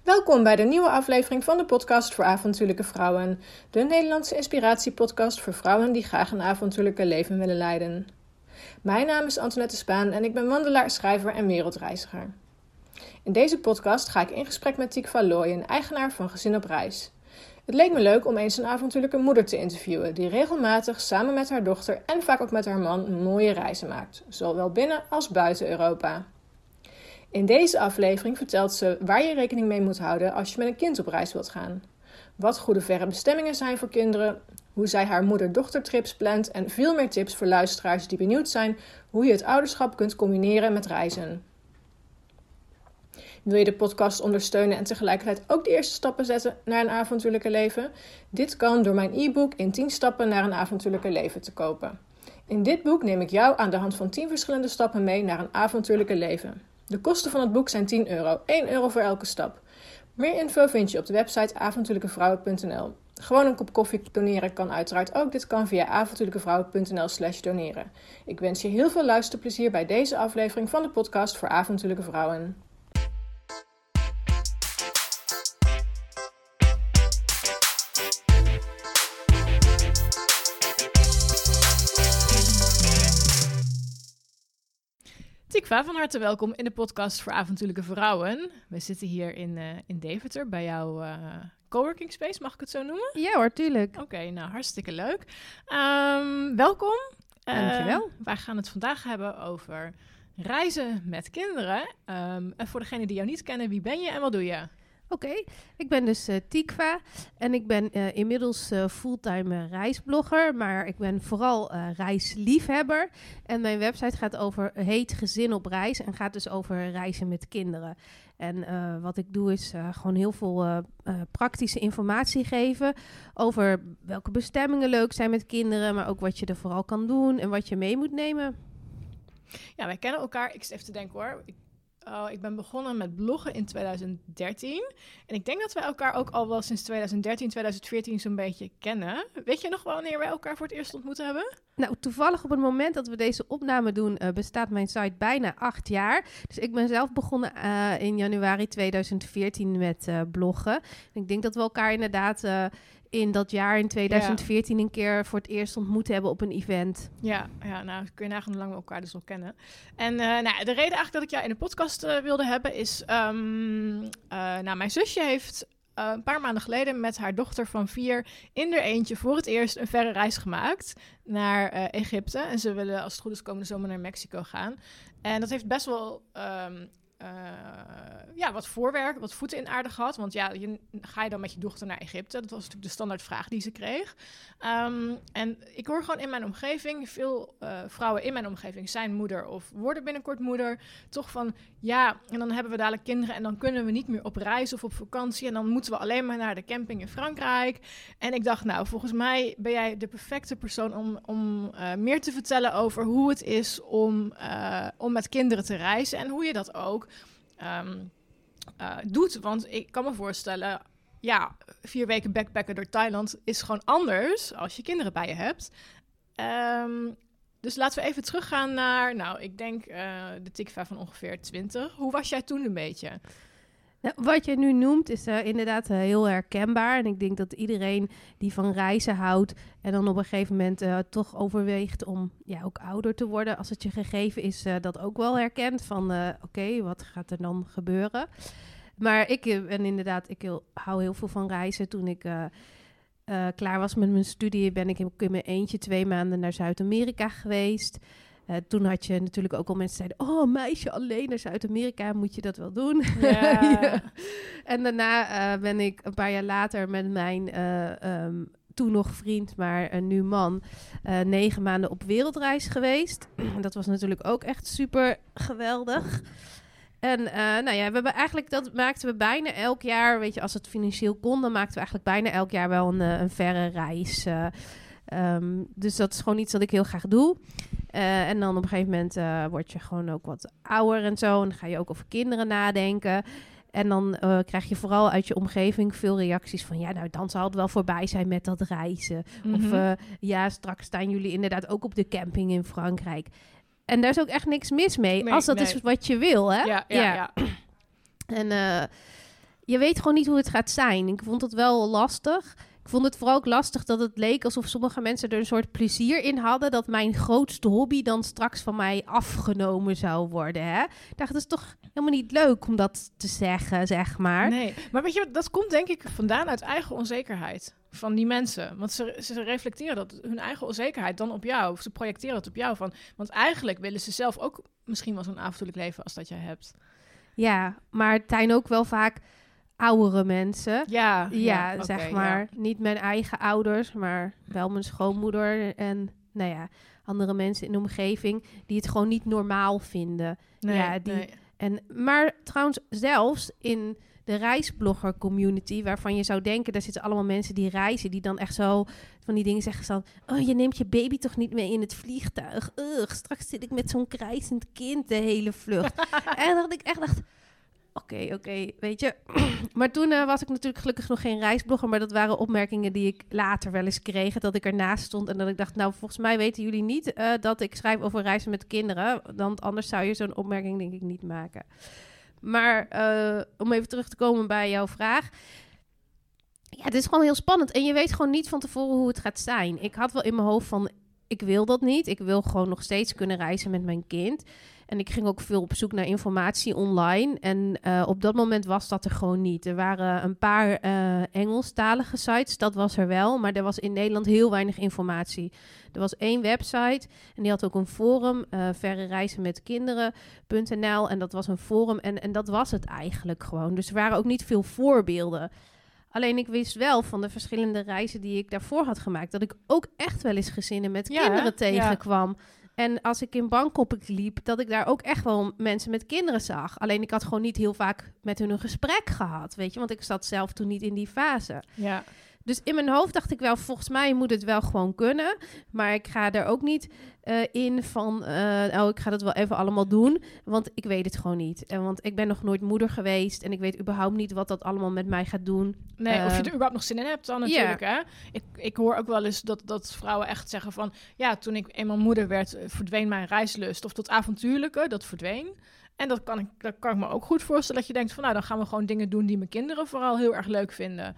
Welkom bij de nieuwe aflevering van de podcast voor avontuurlijke vrouwen. De Nederlandse inspiratiepodcast voor vrouwen die graag een avontuurlijke leven willen leiden. Mijn naam is Antoinette Spaan en ik ben wandelaar, schrijver en wereldreiziger. In deze podcast ga ik in gesprek met Tikva Looyen, eigenaar van Gezin op Reis. Het leek me leuk om eens een avontuurlijke moeder te interviewen die regelmatig samen met haar dochter en vaak ook met haar man mooie reizen maakt, zowel binnen als buiten Europa. In deze aflevering vertelt ze waar je rekening mee moet houden als je met een kind op reis wilt gaan. Wat goede verre bestemmingen zijn voor kinderen, hoe zij haar moeder-dochtertrips plant en veel meer tips voor luisteraars die benieuwd zijn hoe je het ouderschap kunt combineren met reizen. Wil je de podcast ondersteunen en tegelijkertijd ook de eerste stappen zetten naar een avontuurlijke leven? Dit kan door mijn e-book in 10 stappen naar een avontuurlijke leven te kopen. In dit boek neem ik jou aan de hand van 10 verschillende stappen mee naar een avontuurlijke leven. De kosten van het boek zijn €10, €1 voor elke stap. Meer info vind je op de website avontuurlijkevrouwen.nl. Gewoon een kop koffie doneren kan uiteraard ook. Dit kan via avontuurlijkevrouwen.nl/doneren. Ik wens je heel veel luisterplezier bij deze aflevering van de podcast voor avontuurlijke vrouwen. Tikva, van harte welkom in de podcast voor avontuurlijke vrouwen. We zitten hier in Deventer bij jouw coworking space, mag ik het zo noemen? Ja hoor, tuurlijk. Oké, nou hartstikke leuk. Welkom. Dankjewel. Wij gaan het vandaag hebben over reizen met kinderen. En voor degenen die jou niet kennen, wie ben je en wat doe je? Oké, ik ben dus Tikva en ik ben inmiddels fulltime reisblogger, maar ik ben vooral reisliefhebber. En mijn website heet Gezin op Reis en gaat dus over reizen met kinderen. En wat ik doe is gewoon heel veel praktische informatie geven over welke bestemmingen leuk zijn met kinderen, maar ook wat je er vooral kan doen en wat je mee moet nemen. Ja, wij kennen elkaar. Ik zit even te denken hoor. Ik ben begonnen met bloggen in 2013. En ik denk dat wij elkaar ook al wel sinds 2013, 2014 zo'n beetje kennen. Weet je nog wanneer wij elkaar voor het eerst ontmoet hebben? Nou, toevallig op het moment dat we deze opname doen, bestaat mijn site bijna 8 jaar. Dus ik ben zelf begonnen in januari 2014 met bloggen. En ik denk dat we elkaar inderdaad in dat jaar, in 2014, een keer voor het eerst ontmoet hebben op een event. Ja, nou kun je nagaan hoe lang we elkaar dus al kennen. En de reden eigenlijk dat ik jou in de podcast wilde hebben is... mijn zusje heeft een paar maanden geleden met haar dochter van 4 in er eentje voor het eerst een verre reis gemaakt naar Egypte. En ze willen, als het goed is, komende zomer naar Mexico gaan. En dat heeft best wel... wat voorwerk, wat voeten in aarde gehad. Want ja, ga je dan met je dochter naar Egypte? Dat was natuurlijk de standaardvraag die ze kreeg. En ik hoor gewoon in mijn omgeving, veel vrouwen in mijn omgeving zijn moeder of worden binnenkort moeder. Toch van, ja, en dan hebben we dadelijk kinderen en dan kunnen we niet meer op reis of op vakantie. En dan moeten we alleen maar naar de camping in Frankrijk. En ik dacht, nou, volgens mij ben jij de perfecte persoon om meer te vertellen over hoe het is om met kinderen te reizen. En hoe je dat ook doet. Want ik kan me voorstellen, 4 weken backpacken door Thailand is gewoon anders als je kinderen bij je hebt. Dus laten we even teruggaan naar, ik denk de Tikva van ongeveer 20. Hoe was jij toen een beetje? Nou, wat je nu noemt is inderdaad heel herkenbaar. En ik denk dat iedereen die van reizen houdt en dan op een gegeven moment toch overweegt om ook ouder te worden, als het je gegeven is, dat ook wel herkent van oké, wat gaat er dan gebeuren? Maar ik hou heel veel van reizen. Toen ik klaar was met mijn studie ben ik in mijn eentje 2 maanden naar Zuid-Amerika geweest. Toen had je natuurlijk ook al mensen die zeiden, meisje alleen naar Zuid-Amerika, moet je dat wel doen? Ja. Ja. En daarna ben ik een paar jaar later met mijn toen nog vriend, maar nu man, 9 maanden op wereldreis geweest. Dat was natuurlijk ook echt super geweldig. En we hebben eigenlijk, dat maakten we bijna elk jaar, weet je, als het financieel kon, dan maakten we eigenlijk bijna elk jaar wel een verre reis. Dus dat is gewoon iets dat ik heel graag doe. En dan op een gegeven moment word je gewoon ook wat ouder en zo. En dan ga je ook over kinderen nadenken. En dan krijg je vooral uit je omgeving veel reacties van... dan zal het wel voorbij zijn met dat reizen. Mm-hmm. Of straks staan jullie inderdaad ook op de camping in Frankrijk. En daar is ook echt niks mis mee, als dat is wat je wil, hè? Ja. En je weet gewoon niet hoe het gaat zijn. Ik vond het wel lastig. Ik vond het vooral ook lastig dat het leek alsof sommige mensen er een soort plezier in hadden dat mijn grootste hobby dan straks van mij afgenomen zou worden. Hè? Ik dacht, het is toch helemaal niet leuk om dat te zeggen, zeg maar. Nee, maar weet je, dat komt denk ik vandaan uit eigen onzekerheid van die mensen. Want ze reflecteren dat hun eigen onzekerheid dan op jou. Of ze projecteren het op jou. Want eigenlijk willen ze zelf ook misschien wel zo'n avontuurlijk leven als dat jij hebt. Ja, maar het zijn ook wel vaak oudere mensen. Ja, zeg maar. Ja. Niet mijn eigen ouders, maar wel mijn schoonmoeder en andere mensen in de omgeving die het gewoon niet normaal vinden. Maar trouwens, zelfs in de reisblogger community, waarvan je zou denken, daar zitten allemaal mensen die reizen, die dan echt zo van die dingen zeggen van, oh, je neemt je baby toch niet mee in het vliegtuig? Straks zit ik met zo'n krijzend kind de hele vlucht. En dat ik echt dacht, Oké, weet je. Maar toen was ik natuurlijk gelukkig nog geen reisblogger, maar dat waren opmerkingen die ik later wel eens kreeg, dat ik ernaast stond en dat ik dacht, nou, volgens mij weten jullie niet dat ik schrijf over reizen met kinderen, want anders zou je zo'n opmerking denk ik niet maken. Maar om even terug te komen bij jouw vraag. Ja, het is gewoon heel spannend en je weet gewoon niet van tevoren hoe het gaat zijn. Ik had wel in mijn hoofd van, ik wil dat niet. Ik wil gewoon nog steeds kunnen reizen met mijn kind. En ik ging ook veel op zoek naar informatie online. En op dat moment was dat er gewoon niet. Er waren een paar Engelstalige sites, dat was er wel. Maar er was in Nederland heel weinig informatie. Er was 1 website en die had ook een forum, verrereizenmetkinderen.nl. En dat was een forum en dat was het eigenlijk gewoon. Dus er waren ook niet veel voorbeelden. Alleen ik wist wel van de verschillende reizen die ik daarvoor had gemaakt, dat ik ook echt wel eens gezinnen met kinderen tegenkwam. Ja. En als ik in Bangkok liep, dat ik daar ook echt wel mensen met kinderen zag. Alleen ik had gewoon niet heel vaak met hun een gesprek gehad, weet je. Want ik zat zelf toen niet in die fase. Ja. Dus in mijn hoofd dacht ik wel, volgens mij moet het wel gewoon kunnen. Maar ik ga er ook niet in van, ik ga dat wel even allemaal doen. Want ik weet het gewoon niet. Want ik ben nog nooit moeder geweest. En ik weet überhaupt niet wat dat allemaal met mij gaat doen. Nee, of je er überhaupt nog zin in hebt dan natuurlijk. Hè? Ik hoor ook wel eens dat vrouwen echt zeggen van, ja, toen ik eenmaal moeder werd, verdween mijn reislust. Of dat avontuurlijke, dat verdween. En dat kan ik me ook goed voorstellen. Dat je denkt van, nou, dan gaan we gewoon dingen doen die mijn kinderen vooral heel erg leuk vinden.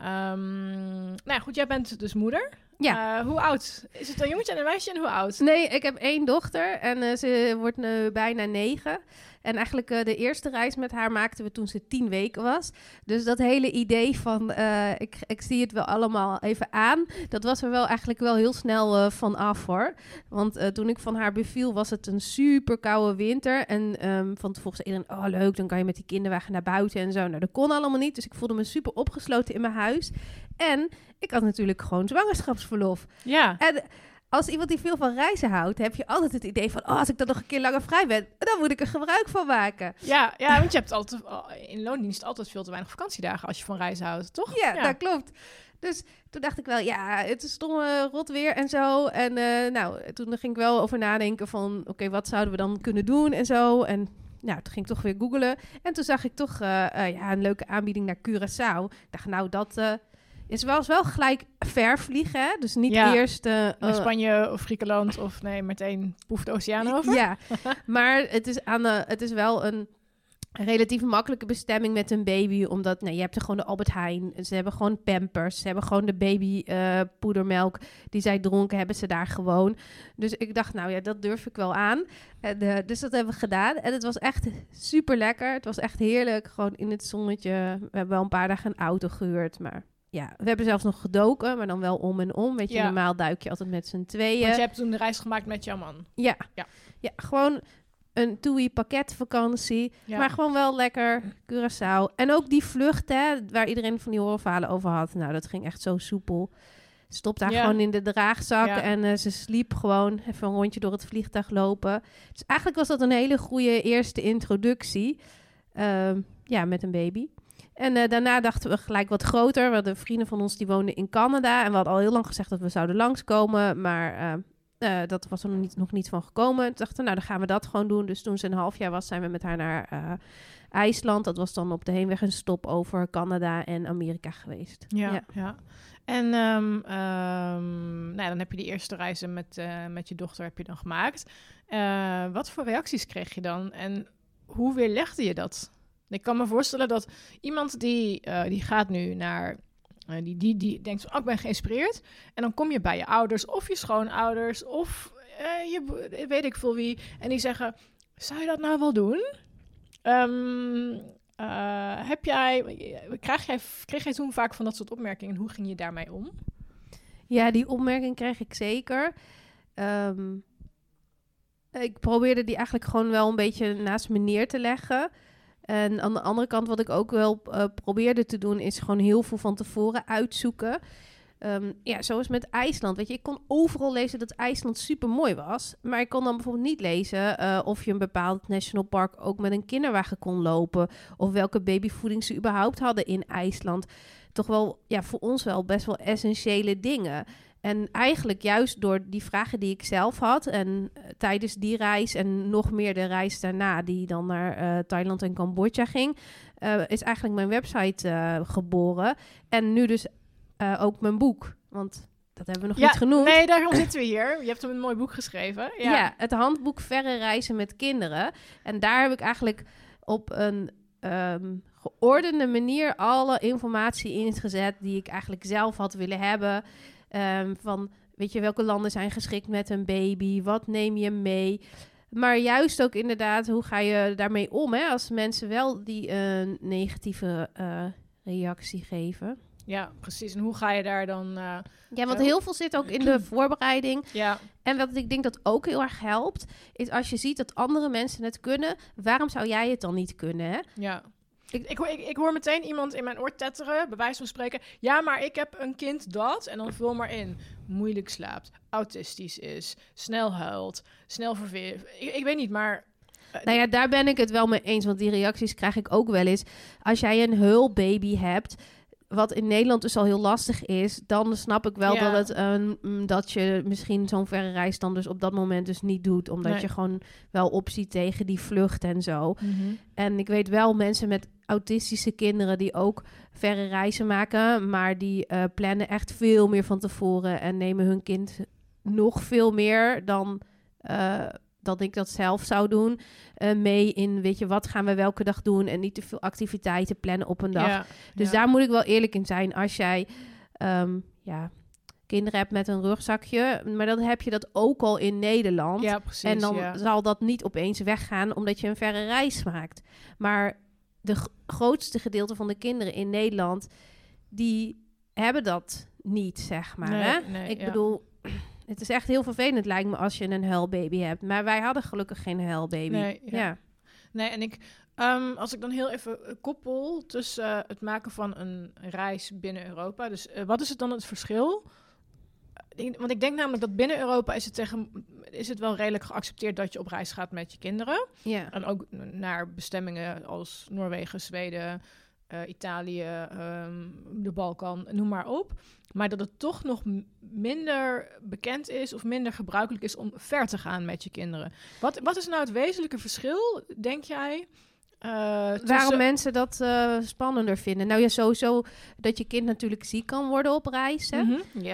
Goed, jij bent dus moeder. Ja. Hoe oud? Is het een jongetje en een meisje en hoe oud? Nee, ik heb 1 dochter en ze wordt nu bijna 9. En eigenlijk de eerste reis met haar maakten we toen ze 10 weken was. Dus dat hele idee van, ik zie het wel allemaal even aan, dat was er wel eigenlijk wel heel snel van af, hoor. Want toen ik van haar beviel, was het een super koude winter. En van tevoren zei iedereen, oh leuk, dan kan je met die kinderwagen naar buiten en zo. Nou, dat kon allemaal niet, dus ik voelde me super opgesloten in mijn huis. En ik had natuurlijk gewoon zwangerschapsverlof. Ja. En als iemand die veel van reizen houdt, heb je altijd het idee van, als ik dan nog een keer langer vrij ben, dan moet ik er gebruik van maken. Ja, want je hebt altijd in loondienst altijd veel te weinig vakantiedagen als je van reizen houdt, toch? Ja, dat klopt. Dus toen dacht ik wel, ja, het is rot weer en zo. En toen ging ik wel over nadenken van, oké, wat zouden we dan kunnen doen en zo. En nou, toen ging ik toch weer googlen. En toen zag ik toch een leuke aanbieding naar Curaçao. Ik dacht, nou, dat is wel gelijk ver vliegen, hè? Dus niet eerst naar Spanje of Griekenland of meteen poef de oceaan over. Ja, maar het is wel een relatief makkelijke bestemming met een baby, omdat je hebt er gewoon de Albert Heijn, ze hebben gewoon Pampers, ze hebben gewoon de baby poedermelk die zij dronken, hebben ze daar gewoon. Dus ik dacht, nou ja, dat durf ik wel aan. Dus dat hebben we gedaan en het was echt super lekker. Het was echt heerlijk, gewoon in het zonnetje. We hebben wel een paar dagen een auto gehuurd, maar ja, we hebben zelfs nog gedoken, maar dan wel om en om. Weet je, normaal duik je altijd met z'n tweeën. Want je hebt toen de reis gemaakt met jouw man. Ja, gewoon een TUI pakketvakantie. Ja. Maar gewoon wel lekker Curaçao. En ook die vlucht, hè, waar iedereen van die horrorverhalen over had. Nou, dat ging echt zo soepel. Ze stopte haar gewoon in de draagzak en ze sliep gewoon even een rondje door het vliegtuig lopen. Dus eigenlijk was dat een hele goede eerste introductie. Met een baby. En daarna dachten we gelijk wat groter. We hadden vrienden van ons die woonden in Canada. En we hadden al heel lang gezegd dat we zouden langskomen. Maar dat was er nog niet van gekomen. Toen dachten we, nou, dan gaan we dat gewoon doen. Dus toen ze een half jaar was, zijn we met haar naar IJsland. Dat was dan op de heenweg een stop over Canada en Amerika geweest. Ja. En dan heb je die eerste reizen met je dochter heb je dan gemaakt. Wat voor reacties kreeg je dan? En hoe weerlegde je dat? Ik kan me voorstellen dat iemand die gaat nu naar... Die denkt van, ik ben geïnspireerd. En dan kom je bij je ouders of je schoonouders of weet ik veel wie. En die zeggen, zou je dat nou wel doen? Kreeg jij toen vaak van dat soort opmerkingen? Hoe ging je daarmee om? Ja, die opmerking kreeg ik zeker. Ik probeerde die eigenlijk gewoon wel een beetje naast me neer te leggen. En aan de andere kant, wat ik ook wel probeerde te doen, is gewoon heel veel van tevoren uitzoeken. Zoals met IJsland. Weet je, ik kon overal lezen dat IJsland super mooi was. Maar ik kon dan bijvoorbeeld niet lezen of je een bepaald national park ook met een kinderwagen kon lopen. Of welke babyvoeding ze überhaupt hadden in IJsland. Toch wel, voor ons wel best wel essentiële dingen. En eigenlijk juist door die vragen die ik zelf had en tijdens die reis en nog meer de reis daarna die dan naar Thailand en Cambodja ging, is eigenlijk mijn website geboren. En nu dus ook mijn boek, want dat hebben we nog niet genoemd. Nee, daarom zitten we hier. Je hebt een mooi boek geschreven. Ja, het handboek Verre Reizen met Kinderen. En daar heb ik eigenlijk op een geordende manier alle informatie ingezet die ik eigenlijk zelf had willen hebben. Van, weet je, welke landen zijn geschikt met een baby? Wat neem je mee? Maar juist ook inderdaad, hoe ga je daarmee om? Hè? Als mensen wel die negatieve reactie geven. Ja, precies. En hoe ga je daar dan... want heel veel zit ook in de voorbereiding. Ja. En wat ik denk dat ook heel erg helpt, is als je ziet dat andere mensen het kunnen, waarom zou jij het dan niet kunnen? Hè? Ja. Ik hoor meteen iemand in mijn oor tetteren, bij wijze van spreken. Ja, maar ik heb een kind dat, en dan vul maar in. Moeilijk slaapt, autistisch is, snel huilt, snel verveelt. Ik weet niet, maar... daar ben ik het wel mee eens, want die reacties krijg ik ook wel eens. Als jij een heulbaby hebt, wat in Nederland dus al heel lastig is, dan snap ik wel dat je misschien zo'n verre reis dan dus op dat moment dus niet doet. Omdat je gewoon wel opziet tegen die vlucht en zo. Mm-hmm. En ik weet wel mensen met autistische kinderen die ook verre reizen maken, maar die plannen echt veel meer van tevoren en nemen hun kind nog veel meer dan dat ik dat zelf zou doen, mee in, weet je, wat gaan we welke dag doen en niet te veel activiteiten plannen op een dag. Dus daar moet ik wel eerlijk in zijn. Als jij kinderen hebt met een rugzakje, maar dan heb je dat ook al in Nederland. Ja, precies. En dan zal dat niet opeens weggaan omdat je een verre reis maakt. Maar de grootste gedeelte van de kinderen in Nederland, die hebben dat niet, zeg maar. Ik bedoel, het is echt heel vervelend, lijkt me, als je een huilbaby hebt. Maar wij hadden gelukkig geen huilbaby. Nee, en als ik dan heel even koppel tussen het maken van een reis binnen Europa. Dus wat is het dan het verschil? Want ik denk namelijk dat binnen Europa is het wel redelijk geaccepteerd dat je op reis gaat met je kinderen. Ja. En ook naar bestemmingen als Noorwegen, Zweden, Italië, de Balkan, noem maar op. Maar dat het toch nog minder bekend is of minder gebruikelijk is om ver te gaan met je kinderen. Wat is nou het wezenlijke verschil, denk jij? Waarom mensen dat spannender vinden? Nou ja, sowieso dat je kind natuurlijk ziek kan worden op reis. Hè?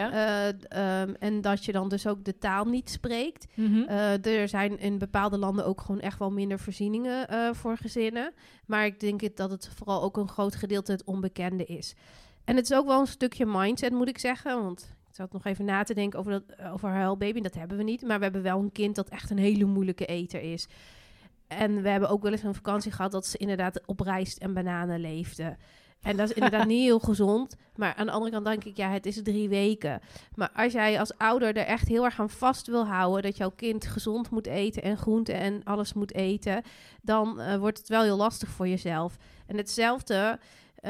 Mm-hmm, en dat je dan dus ook de taal niet spreekt. Mm-hmm. Er zijn in bepaalde landen ook gewoon echt wel minder voorzieningen voor gezinnen. Maar ik denk dat het vooral ook een groot gedeelte het onbekende is. En het is ook wel een stukje mindset, moet ik zeggen. Want ik zat nog even na te denken over huilbaby. Dat hebben we niet. Maar we hebben wel een kind dat echt een hele moeilijke eter is. En we hebben ook wel eens een vakantie gehad dat ze inderdaad op rijst en bananen leefde. En dat is inderdaad niet heel gezond. Maar aan de andere kant denk ik, het is 3 weken. Maar als jij als ouder er echt heel erg aan vast wil houden dat jouw kind gezond moet eten en groenten en alles moet eten, dan wordt het wel heel lastig voor jezelf. En hetzelfde,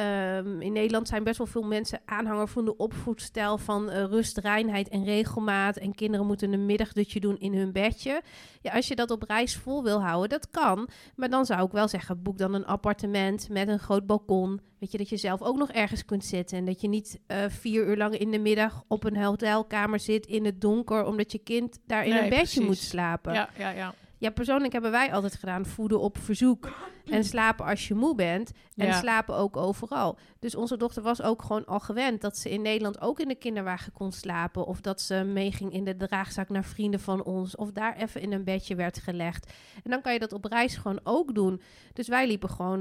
in Nederland zijn best wel veel mensen aanhanger van de opvoedstijl van rust, reinheid en regelmaat. En kinderen moeten een middagdutje doen in hun bedje. Ja, als je dat op reis vol wil houden, dat kan. Maar dan zou ik wel zeggen, boek dan een appartement met een groot balkon. Weet je, dat je zelf ook nog ergens kunt zitten. En dat je niet 4 uur lang in de middag op een hotelkamer zit in het donker, omdat je kind daar in een bedje moet slapen. Ja, persoonlijk hebben wij altijd gedaan voeden op verzoek. En slapen als je moe bent. En slapen ook overal. Dus onze dochter was ook gewoon al gewend dat ze in Nederland ook in de kinderwagen kon slapen. Of dat ze meeging in de draagzak naar vrienden van ons. Of daar even in een bedje werd gelegd. En dan kan je dat op reis gewoon ook doen. Dus wij liepen gewoon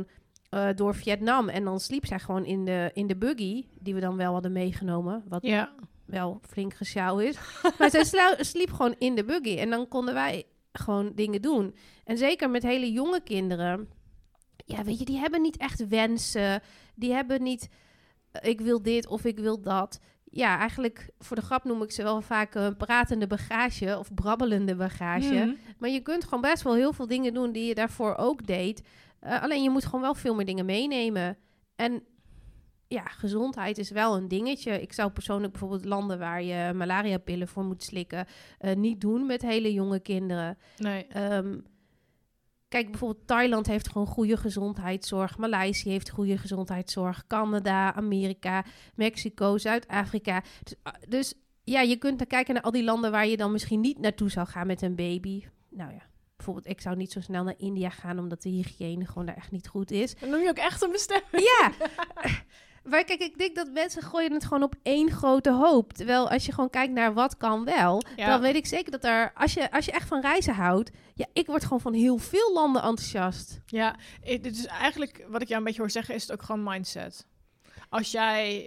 door Vietnam. En dan sliep zij gewoon in de buggy, die we dan wel hadden meegenomen. Wat wel flink gesjouw is. Maar zij sliep gewoon in de buggy. En dan konden wij gewoon dingen doen. En zeker met hele jonge kinderen. Ja, weet je, die hebben niet echt wensen. Die hebben niet, ik wil dit of ik wil dat. Ja, eigenlijk voor de grap noem ik ze wel vaak een pratende bagage of brabbelende bagage. Maar je kunt gewoon best wel heel veel dingen doen die je daarvoor ook deed. Alleen je moet gewoon wel veel meer dingen meenemen. En ja, gezondheid is wel een dingetje. Ik zou persoonlijk bijvoorbeeld landen waar je malariapillen voor moet slikken niet doen met hele jonge kinderen. Nee. Kijk, bijvoorbeeld Thailand heeft gewoon goede gezondheidszorg. Maleisië heeft goede gezondheidszorg. Canada, Amerika, Mexico, Zuid-Afrika. Dus ja, je kunt dan kijken naar al die landen waar je dan misschien niet naartoe zou gaan met een baby. Nou ja, bijvoorbeeld ik zou niet zo snel naar India gaan, omdat de hygiëne gewoon daar echt niet goed is. Dan noem je ook echt een bestemming. Ja, maar kijk, ik denk dat mensen gooien het gewoon op één grote hoop. Terwijl als je gewoon kijkt naar wat kan wel, dan weet ik zeker dat er, als je echt van reizen houdt, ja, ik word gewoon van heel veel landen enthousiast. Ja, dit is eigenlijk wat ik jou een beetje hoor zeggen, is het ook gewoon mindset. Als jij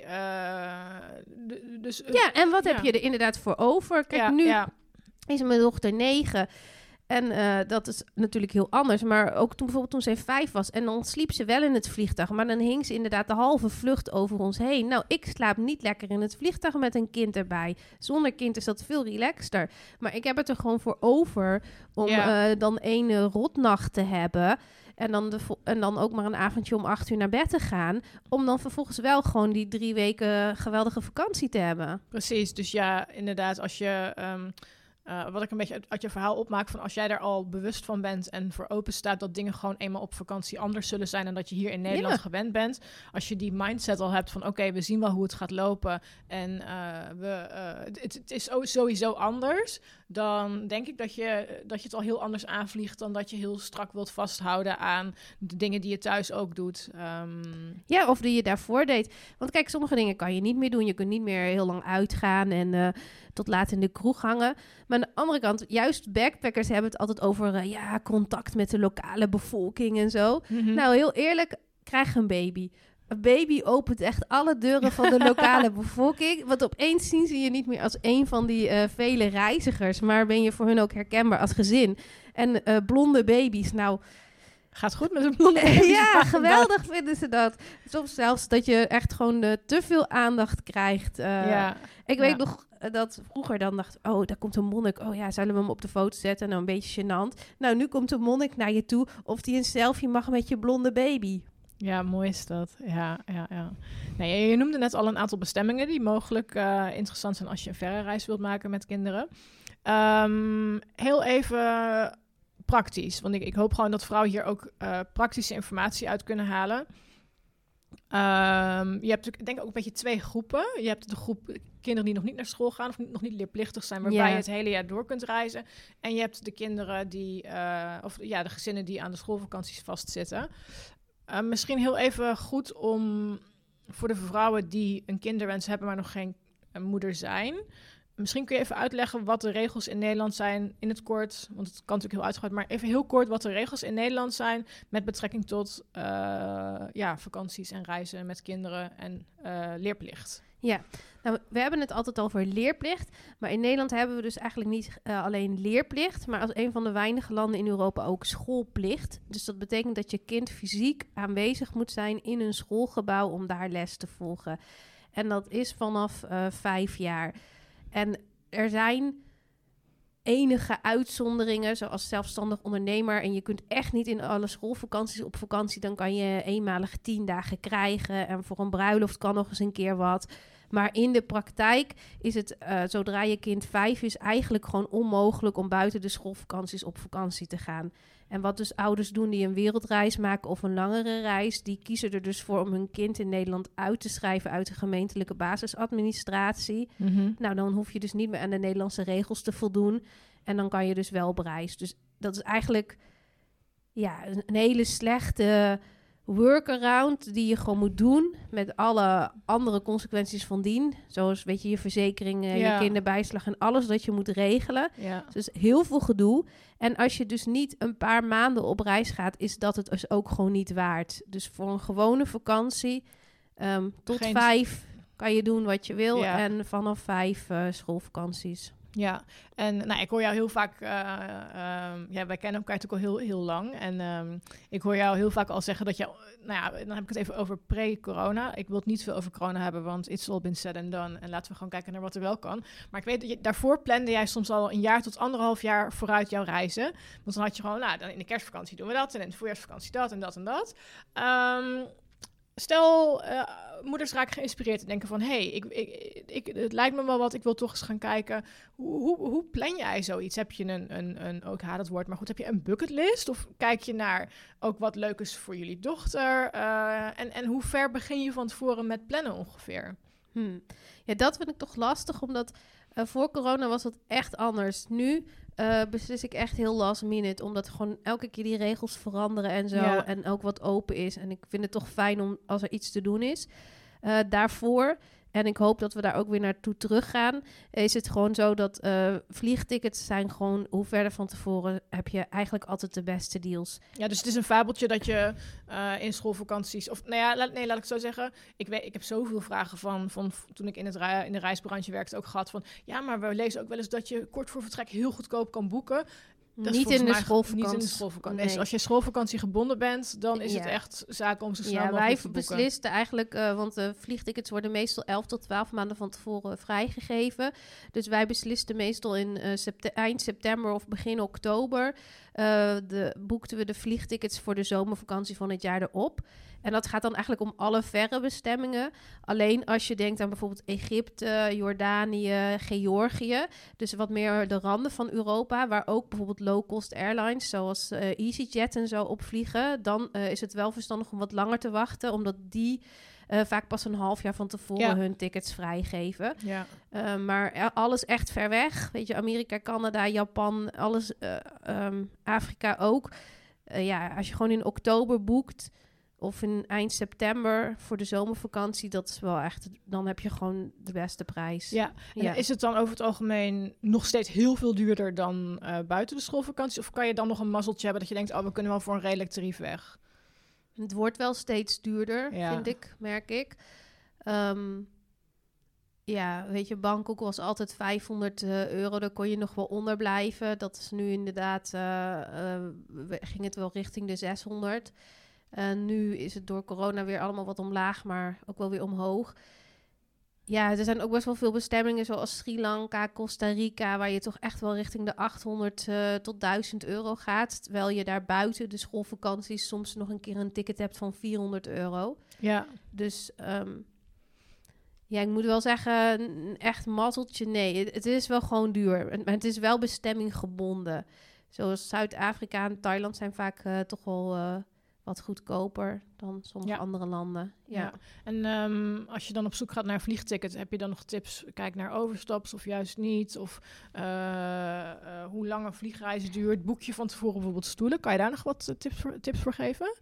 ja, en wat heb je er inderdaad voor over? Kijk, nu is mijn dochter 9. En dat is natuurlijk heel anders. Maar ook toen zij 5 was. En dan sliep ze wel in het vliegtuig. Maar dan hing ze inderdaad de halve vlucht over ons heen. Nou, ik slaap niet lekker in het vliegtuig met een kind erbij. Zonder kind is dat veel relaxter. Maar ik heb het er gewoon voor over om dan 1 rotnacht te hebben. En dan ook maar een avondje om 8 uur naar bed te gaan. Om dan vervolgens wel gewoon die 3 weken geweldige vakantie te hebben. Precies, dus ja, inderdaad, als je... wat ik een beetje uit je verhaal opmaak, van als jij daar al bewust van bent en voor open staat dat dingen gewoon eenmaal op vakantie anders zullen zijn dan dat je hier in Nederland gewend bent. Als je die mindset al hebt van oké, we zien wel hoe het gaat lopen en het is sowieso anders, dan denk ik dat je het al heel anders aanvliegt dan dat je heel strak wilt vasthouden aan de dingen die je thuis ook doet. Ja, of die je daarvoor deed. Want kijk, sommige dingen kan je niet meer doen. Je kunt niet meer heel lang uitgaan en tot laat in de kroeg hangen. Maar aan de andere kant, juist backpackers hebben het altijd over contact met de lokale bevolking en zo. Mm-hmm. Nou, heel eerlijk, krijg een baby. Een baby opent echt alle deuren van de lokale bevolking. Want opeens zien ze je niet meer als een van die vele reizigers. Maar ben je voor hun ook herkenbaar als gezin. En blonde baby's, nou... Gaat goed met een blonde baby. Ja, geweldig vinden ze dat. Soms zelfs dat je echt gewoon te veel aandacht krijgt. Ik weet nog dat vroeger dan dacht, daar komt een monnik. Oh ja, zullen we hem op de foto zetten? Nou, een beetje gênant. Nou, nu komt een monnik naar je toe of die een selfie mag met je blonde baby. Ja, mooi is dat. Ja. Nee, je noemde net al een aantal bestemmingen die mogelijk interessant zijn als je een verre reis wilt maken met kinderen. Heel even praktisch, want ik hoop gewoon dat vrouwen hier ook praktische informatie uit kunnen halen. Je hebt denk ik ook een beetje 2 groepen. Je hebt de groep kinderen die nog niet naar school gaan of nog niet leerplichtig zijn, waarbij je het hele jaar door kunt reizen. En je hebt de kinderen die, de gezinnen die aan de schoolvakanties vastzitten. Misschien heel even goed om voor de vrouwen die een kinderwens hebben, maar nog geen moeder zijn. Misschien kun je even uitleggen wat de regels in Nederland zijn in het kort. Want het kan natuurlijk heel uitgebreid, maar even heel kort wat de regels in Nederland zijn met betrekking tot vakanties en reizen met kinderen en leerplicht. Ja, nou, we hebben het altijd over leerplicht. Maar in Nederland hebben we dus eigenlijk niet alleen leerplicht, maar als een van de weinige landen in Europa ook schoolplicht. Dus dat betekent dat je kind fysiek aanwezig moet zijn in een schoolgebouw om daar les te volgen. En dat is vanaf 5 jaar. En er zijn enige uitzonderingen, zoals zelfstandig ondernemer. En je kunt echt niet in alle schoolvakanties op vakantie. Dan kan je eenmalig 10 dagen krijgen. En voor een bruiloft kan nog eens een keer wat. Maar in de praktijk is het, zodra je kind 5 is, eigenlijk gewoon onmogelijk om buiten de schoolvakanties op vakantie te gaan. En wat dus ouders doen die een wereldreis maken of een langere reis, die kiezen er dus voor om hun kind in Nederland uit te schrijven uit de gemeentelijke basisadministratie. Mm-hmm. Nou, dan hoef je dus niet meer aan de Nederlandse regels te voldoen. En dan kan je dus wel op reis. Dus dat is eigenlijk een hele slechte workaround die je gewoon moet doen met alle andere consequenties van dien. Zoals, weet je, je verzekeringen, je kinderbijslag en alles dat je moet regelen. Ja. Dus heel veel gedoe. En als je dus niet een paar maanden op reis gaat, is dat het dus ook gewoon niet waard. Dus voor een gewone vakantie tot 5 kan je doen wat je wil. Ja. En vanaf 5 schoolvakanties. Ja, en ik hoor jou heel vaak... wij kennen elkaar natuurlijk al heel, heel lang. En ik hoor jou heel vaak al zeggen dat je... dan heb ik het even over pre-corona. Ik wil het niet veel over corona hebben, want it's all been said and done. En laten we gewoon kijken naar wat er wel kan. Maar ik weet dat daarvoor plande jij soms al 1 jaar tot 1,5 jaar vooruit jouw reizen. Want dan had je gewoon, dan in de kerstvakantie doen we dat. En in de voorjaarsvakantie dat en dat en dat. Stel, moeders raken geïnspireerd en denken van... het lijkt me wel wat, ik wil toch eens gaan kijken. Hoe plan jij zoiets? Heb je ik haat het woord, maar goed, heb je een bucketlist? Of kijk je naar ook wat leuk is voor jullie dochter? En hoe ver begin je van tevoren met plannen ongeveer? Ja, dat vind ik toch lastig, omdat voor corona was het echt anders. Nu beslis ik echt heel last minute, omdat gewoon elke keer die regels veranderen en zo. Ja. En ook wat open is. En ik vind het toch fijn om als er iets te doen is. Daarvoor, en ik hoop dat we daar ook weer naartoe teruggaan, is het gewoon zo dat vliegtickets zijn gewoon, hoe verder van tevoren heb je eigenlijk altijd de beste deals. Ja, dus het is een fabeltje dat je in schoolvakanties, of laat ik het zo zeggen. Ik heb zoveel vragen van toen ik in de reisbranche werkte ook gehad van, ja, maar we lezen ook wel eens dat je kort voor vertrek heel goedkoop kan boeken. Niet in de schoolvakantie. Niet in de schoolvakantie. Nee. Dus als je schoolvakantie gebonden bent, dan is het echt zaak om zo snel mogelijk te boeken. Wij beslisten eigenlijk, want de vliegtickets worden meestal 11 tot 12 maanden van tevoren vrijgegeven. Dus wij beslisten meestal in eind september of begin oktober. Boekten we de vliegtickets voor de zomervakantie van het jaar erop. En dat gaat dan eigenlijk om alle verre bestemmingen. Alleen als je denkt aan bijvoorbeeld Egypte, Jordanië, Georgië. Dus wat meer de randen van Europa, waar ook bijvoorbeeld low-cost airlines zoals EasyJet en zo opvliegen. Dan is het wel verstandig om wat langer te wachten, omdat die vaak pas een half jaar van tevoren hun tickets vrijgeven. Ja. Maar alles echt ver weg. Weet je, Amerika, Canada, Japan, alles, Afrika ook. Als je gewoon in oktober boekt of in eind september voor de zomervakantie, dat is wel echt, dan heb je gewoon de beste prijs. Ja, en is het dan over het algemeen nog steeds heel veel duurder dan buiten de schoolvakantie? Of kan je dan nog een mazzeltje hebben dat je denkt, we kunnen wel voor een redelijk tarief weg? Het wordt wel steeds duurder, vind ik, merk ik. Weet je, Bangkok was altijd €500. Daar kon je nog wel onder blijven. Dat is nu inderdaad, ging het wel richting de 600. Nu is het door corona weer allemaal wat omlaag, maar ook wel weer omhoog. Ja, er zijn ook best wel veel bestemmingen zoals Sri Lanka, Costa Rica, waar je toch echt wel richting de 800 tot €1000 gaat. Terwijl je daar buiten de schoolvakanties soms nog een keer een ticket hebt van €400. Ja. Dus ik moet wel zeggen, een echt mazzeltje, nee. Het is wel gewoon duur. Maar het is wel bestemming gebonden. Zoals Zuid-Afrika en Thailand zijn vaak toch wel wat goedkoper dan sommige andere landen. Ja. En als je dan op zoek gaat naar vliegtickets, heb je dan nog tips? Kijk naar overstaps of juist niet? Of hoe lang een vliegreis duurt? Boek je van tevoren bijvoorbeeld stoelen? Kan je daar nog wat tips voor geven?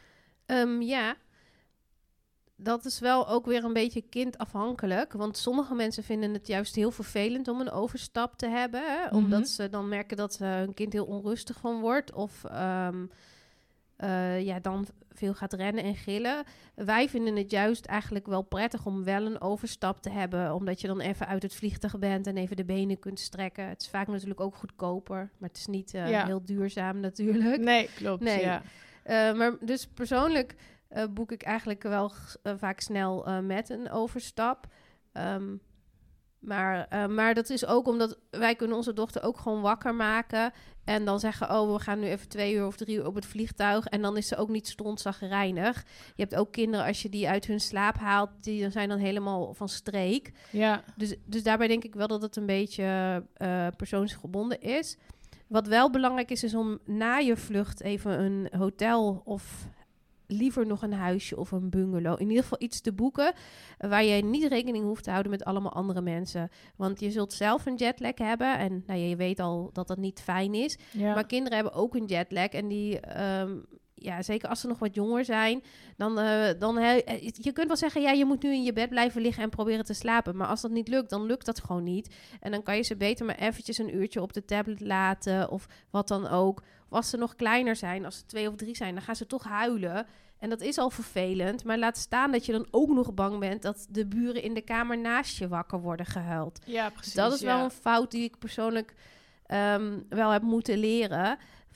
Dat is wel ook weer een beetje kindafhankelijk. Want sommige mensen vinden het juist heel vervelend om een overstap te hebben. Hè? Omdat ze dan merken dat hun kind heel onrustig van wordt. Of dan veel gaat rennen en gillen. Wij vinden het juist eigenlijk wel prettig om wel een overstap te hebben. Omdat je dan even uit het vliegtuig bent en even de benen kunt strekken. Het is vaak natuurlijk ook goedkoper. Maar het is niet heel duurzaam natuurlijk. Nee, klopt. Nee. Ja. Maar dus persoonlijk boek ik eigenlijk wel vaak snel met een overstap. Maar dat is ook omdat wij kunnen onze dochter ook gewoon wakker maken. En dan zeggen, we gaan nu even 2 uur of 3 uur op het vliegtuig. En dan is ze ook niet stondzagrijnig. Je hebt ook kinderen, als je die uit hun slaap haalt, die zijn dan helemaal van streek. Ja. Dus daarbij denk ik wel dat het een beetje persoonsgebonden is. Wat wel belangrijk is om na je vlucht even een hotel of liever nog een huisje of een bungalow. In ieder geval iets te boeken waar je niet rekening hoeft te houden met allemaal andere mensen. Want je zult zelf een jetlag hebben en je weet al dat dat niet fijn is. Ja. Maar kinderen hebben ook een jetlag en zeker als ze nog wat jonger zijn, je kunt wel zeggen, je moet nu in je bed blijven liggen en proberen te slapen. Maar als dat niet lukt, dan lukt dat gewoon niet. En dan kan je ze beter maar eventjes een uurtje op de tablet laten of wat dan ook. Of als ze nog kleiner zijn, als ze 2 of 3 zijn, dan gaan ze toch huilen. En dat is al vervelend, maar laat staan dat je dan ook nog bang bent dat de buren in de kamer naast je wakker worden gehuild. Ja, precies. Dat is wel een fout die ik persoonlijk wel heb moeten leren.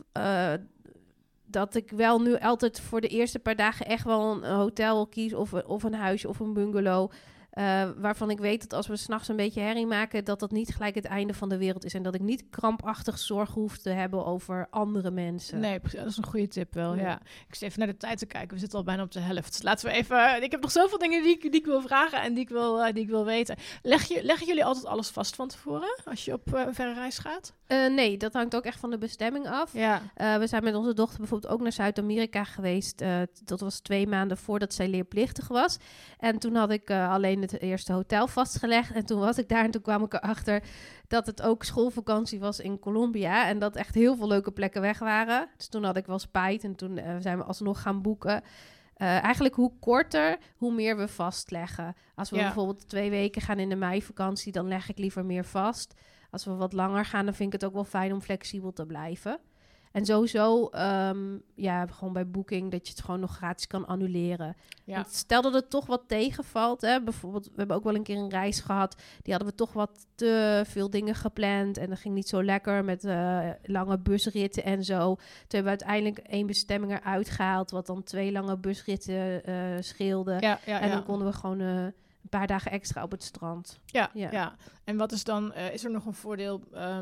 Dat ik wel nu altijd voor de eerste paar dagen echt wel een hotel kies of een huisje of een bungalow. Waarvan ik weet dat als we 's nachts een beetje herrie maken, dat niet gelijk het einde van de wereld is. En dat ik niet krampachtig zorgen hoef te hebben over andere mensen. Nee, precies. Dat is een goede tip wel, ja. Ik zit even naar de tijd te kijken. We zitten al bijna op de helft. Dus laten we even... Ik heb nog zoveel dingen die ik wil vragen en die ik wil weten. Leggen jullie altijd alles vast van tevoren als je op een verre reis gaat? Nee, dat hangt ook echt van de bestemming af. Ja. We zijn met onze dochter bijvoorbeeld ook naar Zuid-Amerika geweest. Dat was 2 maanden voordat zij leerplichtig was. En toen had ik alleen het eerste hotel vastgelegd. En toen was ik daar en toen kwam ik erachter dat het ook schoolvakantie was in Colombia. En dat echt heel veel leuke plekken weg waren. Dus toen had ik wel spijt en toen zijn we alsnog gaan boeken. Eigenlijk hoe korter, hoe meer we vastleggen. Als we bijvoorbeeld 2 weken gaan in de meivakantie, dan leg ik liever meer vast. Als we wat langer gaan, dan vind ik het ook wel fijn om flexibel te blijven. En sowieso, gewoon bij boeking, dat je het gewoon nog gratis kan annuleren. Ja. Want stel dat het toch wat tegenvalt. Hè? Bijvoorbeeld, we hebben ook wel een keer een reis gehad. Die hadden we toch wat te veel dingen gepland. En dat ging niet zo lekker met lange busritten en zo. Toen hebben we uiteindelijk 1 bestemming eruit gehaald, wat dan 2 lange busritten scheelde. En dan konden we gewoon een paar dagen extra op het strand. Ja. En wat is dan, is er nog een voordeel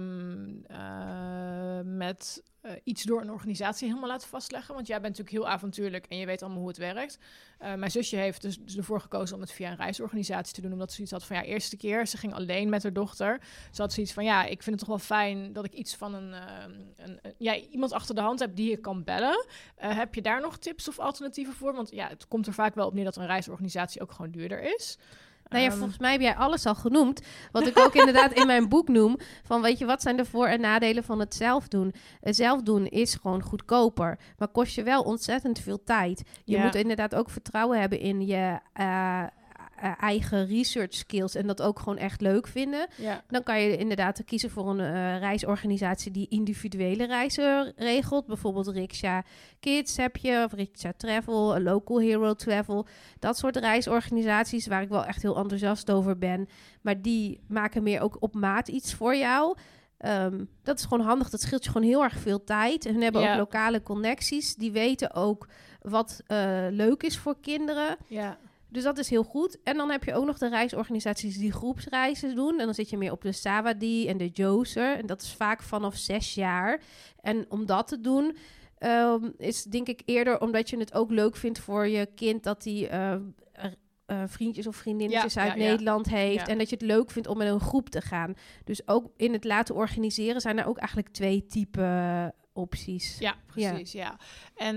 met iets door een organisatie helemaal laten vastleggen? Want jij bent natuurlijk heel avontuurlijk en je weet allemaal hoe het werkt. Mijn zusje heeft dus ervoor gekozen om het via een reisorganisatie te doen, omdat ze zoiets had van, eerste keer, ze ging alleen met haar dochter. Ze had zoiets van, ik vind het toch wel fijn dat ik iets van iemand achter de hand heb die je kan bellen. Heb je daar nog tips of alternatieven voor? Want het komt er vaak wel op neer dat een reisorganisatie ook gewoon duurder is. Nou ja, volgens mij heb jij alles al genoemd. Wat ik ook inderdaad in mijn boek noem. Van weet je, wat zijn de voor- en nadelen van het zelf doen? Het zelf doen is gewoon goedkoper. Maar kost je wel ontzettend veel tijd. Je moet inderdaad ook vertrouwen hebben in je eigen research skills. En dat ook gewoon echt leuk vinden. Ja. Dan kan je inderdaad kiezen voor een reisorganisatie die individuele reizen regelt. Bijvoorbeeld Riksha Kids heb je, of Riksha Travel, Local Hero Travel. Dat soort reisorganisaties waar ik wel echt heel enthousiast over ben. Maar die maken meer ook op maat iets voor jou. Dat is gewoon handig. Dat scheelt je gewoon heel erg veel tijd. En hun hebben ook lokale connecties. Die weten ook wat leuk is voor kinderen. Ja. Dus dat is heel goed. En dan heb je ook nog de reisorganisaties die groepsreizen doen. En dan zit je meer op de Sawadee en de Joser. En dat is vaak vanaf 6 jaar. En om dat te doen is denk ik eerder omdat je het ook leuk vindt voor je kind dat die vriendjes of vriendinnetjes uit Nederland heeft. Ja. En dat je het leuk vindt om met een groep te gaan. Dus ook in het laten organiseren zijn er ook eigenlijk 2 typen opties. Ja, precies. Ja. En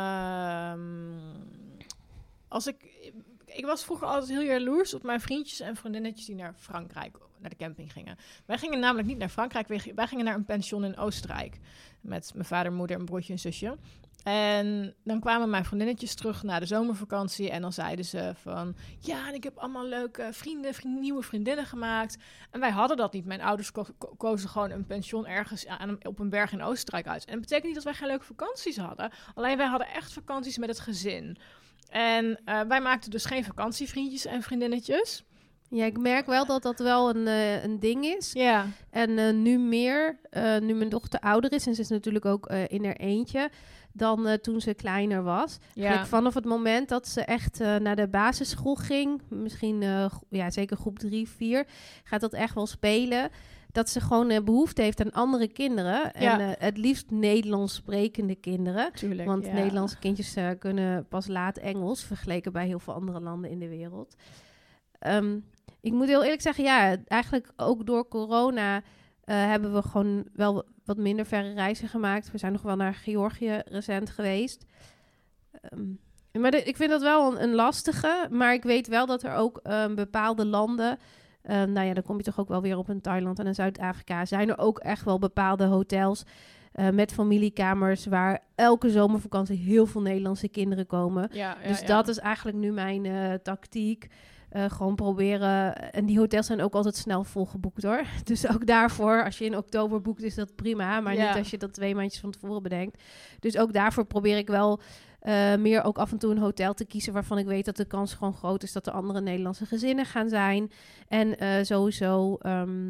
ik was vroeger altijd heel jaloers op mijn vriendjes en vriendinnetjes die naar Frankrijk, naar de camping gingen. Wij gingen namelijk niet naar Frankrijk, wij gingen naar een pension in Oostenrijk. Met mijn vader, moeder, een broertje en zusje. En dan kwamen mijn vriendinnetjes terug na de zomervakantie en dan zeiden ze van, en ik heb allemaal leuke nieuwe vriendinnen gemaakt. En wij hadden dat niet. Mijn ouders kozen gewoon een pension ergens op een berg in Oostenrijk uit. En dat betekent niet dat wij geen leuke vakanties hadden. Alleen wij hadden echt vakanties met het gezin. En wij maakten dus geen vakantievriendjes en vriendinnetjes. Ja, ik merk wel dat dat wel een ding is. Ja. En nu meer, nu mijn dochter ouder is en ze is natuurlijk ook in haar eentje, dan toen ze kleiner was. Ja. Vanaf het moment dat ze echt naar de basisschool ging, misschien zeker groep 3, 4, gaat dat echt wel spelen. Dat ze gewoon behoefte heeft aan andere kinderen. Ja. En het liefst Nederlands sprekende kinderen. Tuurlijk, want Nederlandse kindjes kunnen pas laat Engels, vergeleken bij heel veel andere landen in de wereld. Ik moet heel eerlijk zeggen, eigenlijk ook door corona hebben we gewoon wel wat minder verre reizen gemaakt. We zijn nog wel naar Georgië recent geweest. Maar ik vind dat wel een lastige. Maar ik weet wel dat er ook bepaalde landen, dan kom je toch ook wel weer op een Thailand en een Zuid-Afrika, zijn er ook echt wel bepaalde hotels met familiekamers waar elke zomervakantie heel veel Nederlandse kinderen komen. Dus dat is eigenlijk nu mijn tactiek. Gewoon proberen. En die hotels zijn ook altijd snel volgeboekt hoor. Dus ook daarvoor, als je in oktober boekt, is dat prima. Maar niet als je dat 2 maandjes van tevoren bedenkt. Dus ook daarvoor probeer ik wel meer ook af en toe een hotel te kiezen waarvan ik weet dat de kans gewoon groot is dat er andere Nederlandse gezinnen gaan zijn. En sowieso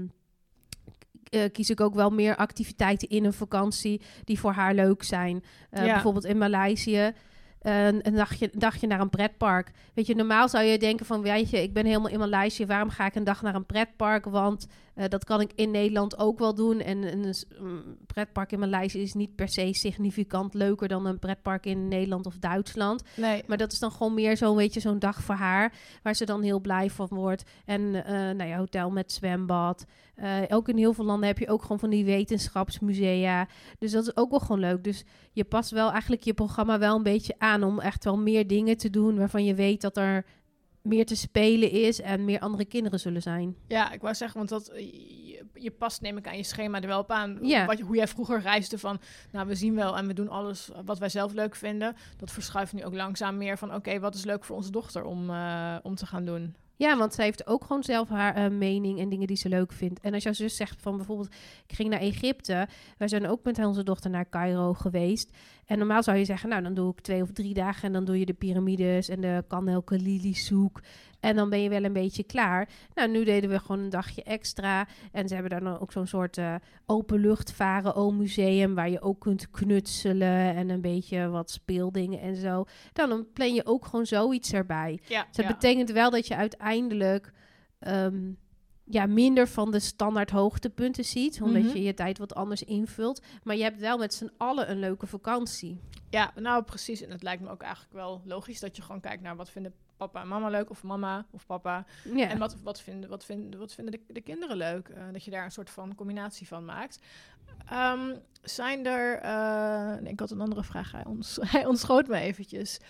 kies ik ook wel meer activiteiten in een vakantie die voor haar leuk zijn. Bijvoorbeeld in Maleisië. Een dagje naar een pretpark. Weet je, normaal zou je denken van, weet je, ik ben helemaal in Maleisië, waarom ga ik een dag naar een pretpark? Want dat kan ik in Nederland ook wel doen. En een pretpark in Maleisië is niet per se significant leuker dan een pretpark in Nederland of Duitsland. Nee. Maar dat is dan gewoon meer zo'n, weet je, zo'n dag voor haar, waar ze dan heel blij van wordt. En hotel met zwembad. Ook in heel veel landen heb je ook gewoon van die wetenschapsmusea. Dus dat is ook wel gewoon leuk. Dus je past wel eigenlijk je programma wel een beetje aan om echt wel meer dingen te doen waarvan je weet dat er meer te spelen is en meer andere kinderen zullen zijn. Ja, ik wou zeggen, want je past, neem ik aan, je schema er wel op aan. Hoe jij vroeger reisde van, nou, we zien wel en we doen alles wat wij zelf leuk vinden. Dat verschuift nu ook langzaam meer van, oké, wat is leuk voor onze dochter om te gaan doen? Ja, want zij heeft ook gewoon zelf haar mening en dingen die ze leuk vindt. En als jouw zus zegt van bijvoorbeeld, ik ging naar Egypte. Wij zijn ook met onze dochter naar Cairo geweest. En normaal zou je zeggen, nou, dan doe ik 2 of 3 dagen en dan doe je de piramides en de Khan el Khalili zoek. En dan ben je wel een beetje klaar. Nou, nu deden we gewoon een dagje extra. En ze hebben daar dan ook zo'n soort openluchtvaren-museum waar je ook kunt knutselen en een beetje wat speeldingen en zo. Dan plan je ook gewoon zoiets erbij. Dus dat betekent wel dat je uiteindelijk minder van de standaard hoogtepunten ziet, omdat je je tijd wat anders invult. Maar je hebt wel met z'n allen een leuke vakantie. Ja, nou precies. En het lijkt me ook eigenlijk wel logisch dat je gewoon kijkt naar wat vinden papa en mama leuk, of mama of papa. Ja. En wat vinden de kinderen leuk? Dat je daar een soort van combinatie van maakt. Zijn er... ik had een andere vraag. Hij ontschoot me eventjes.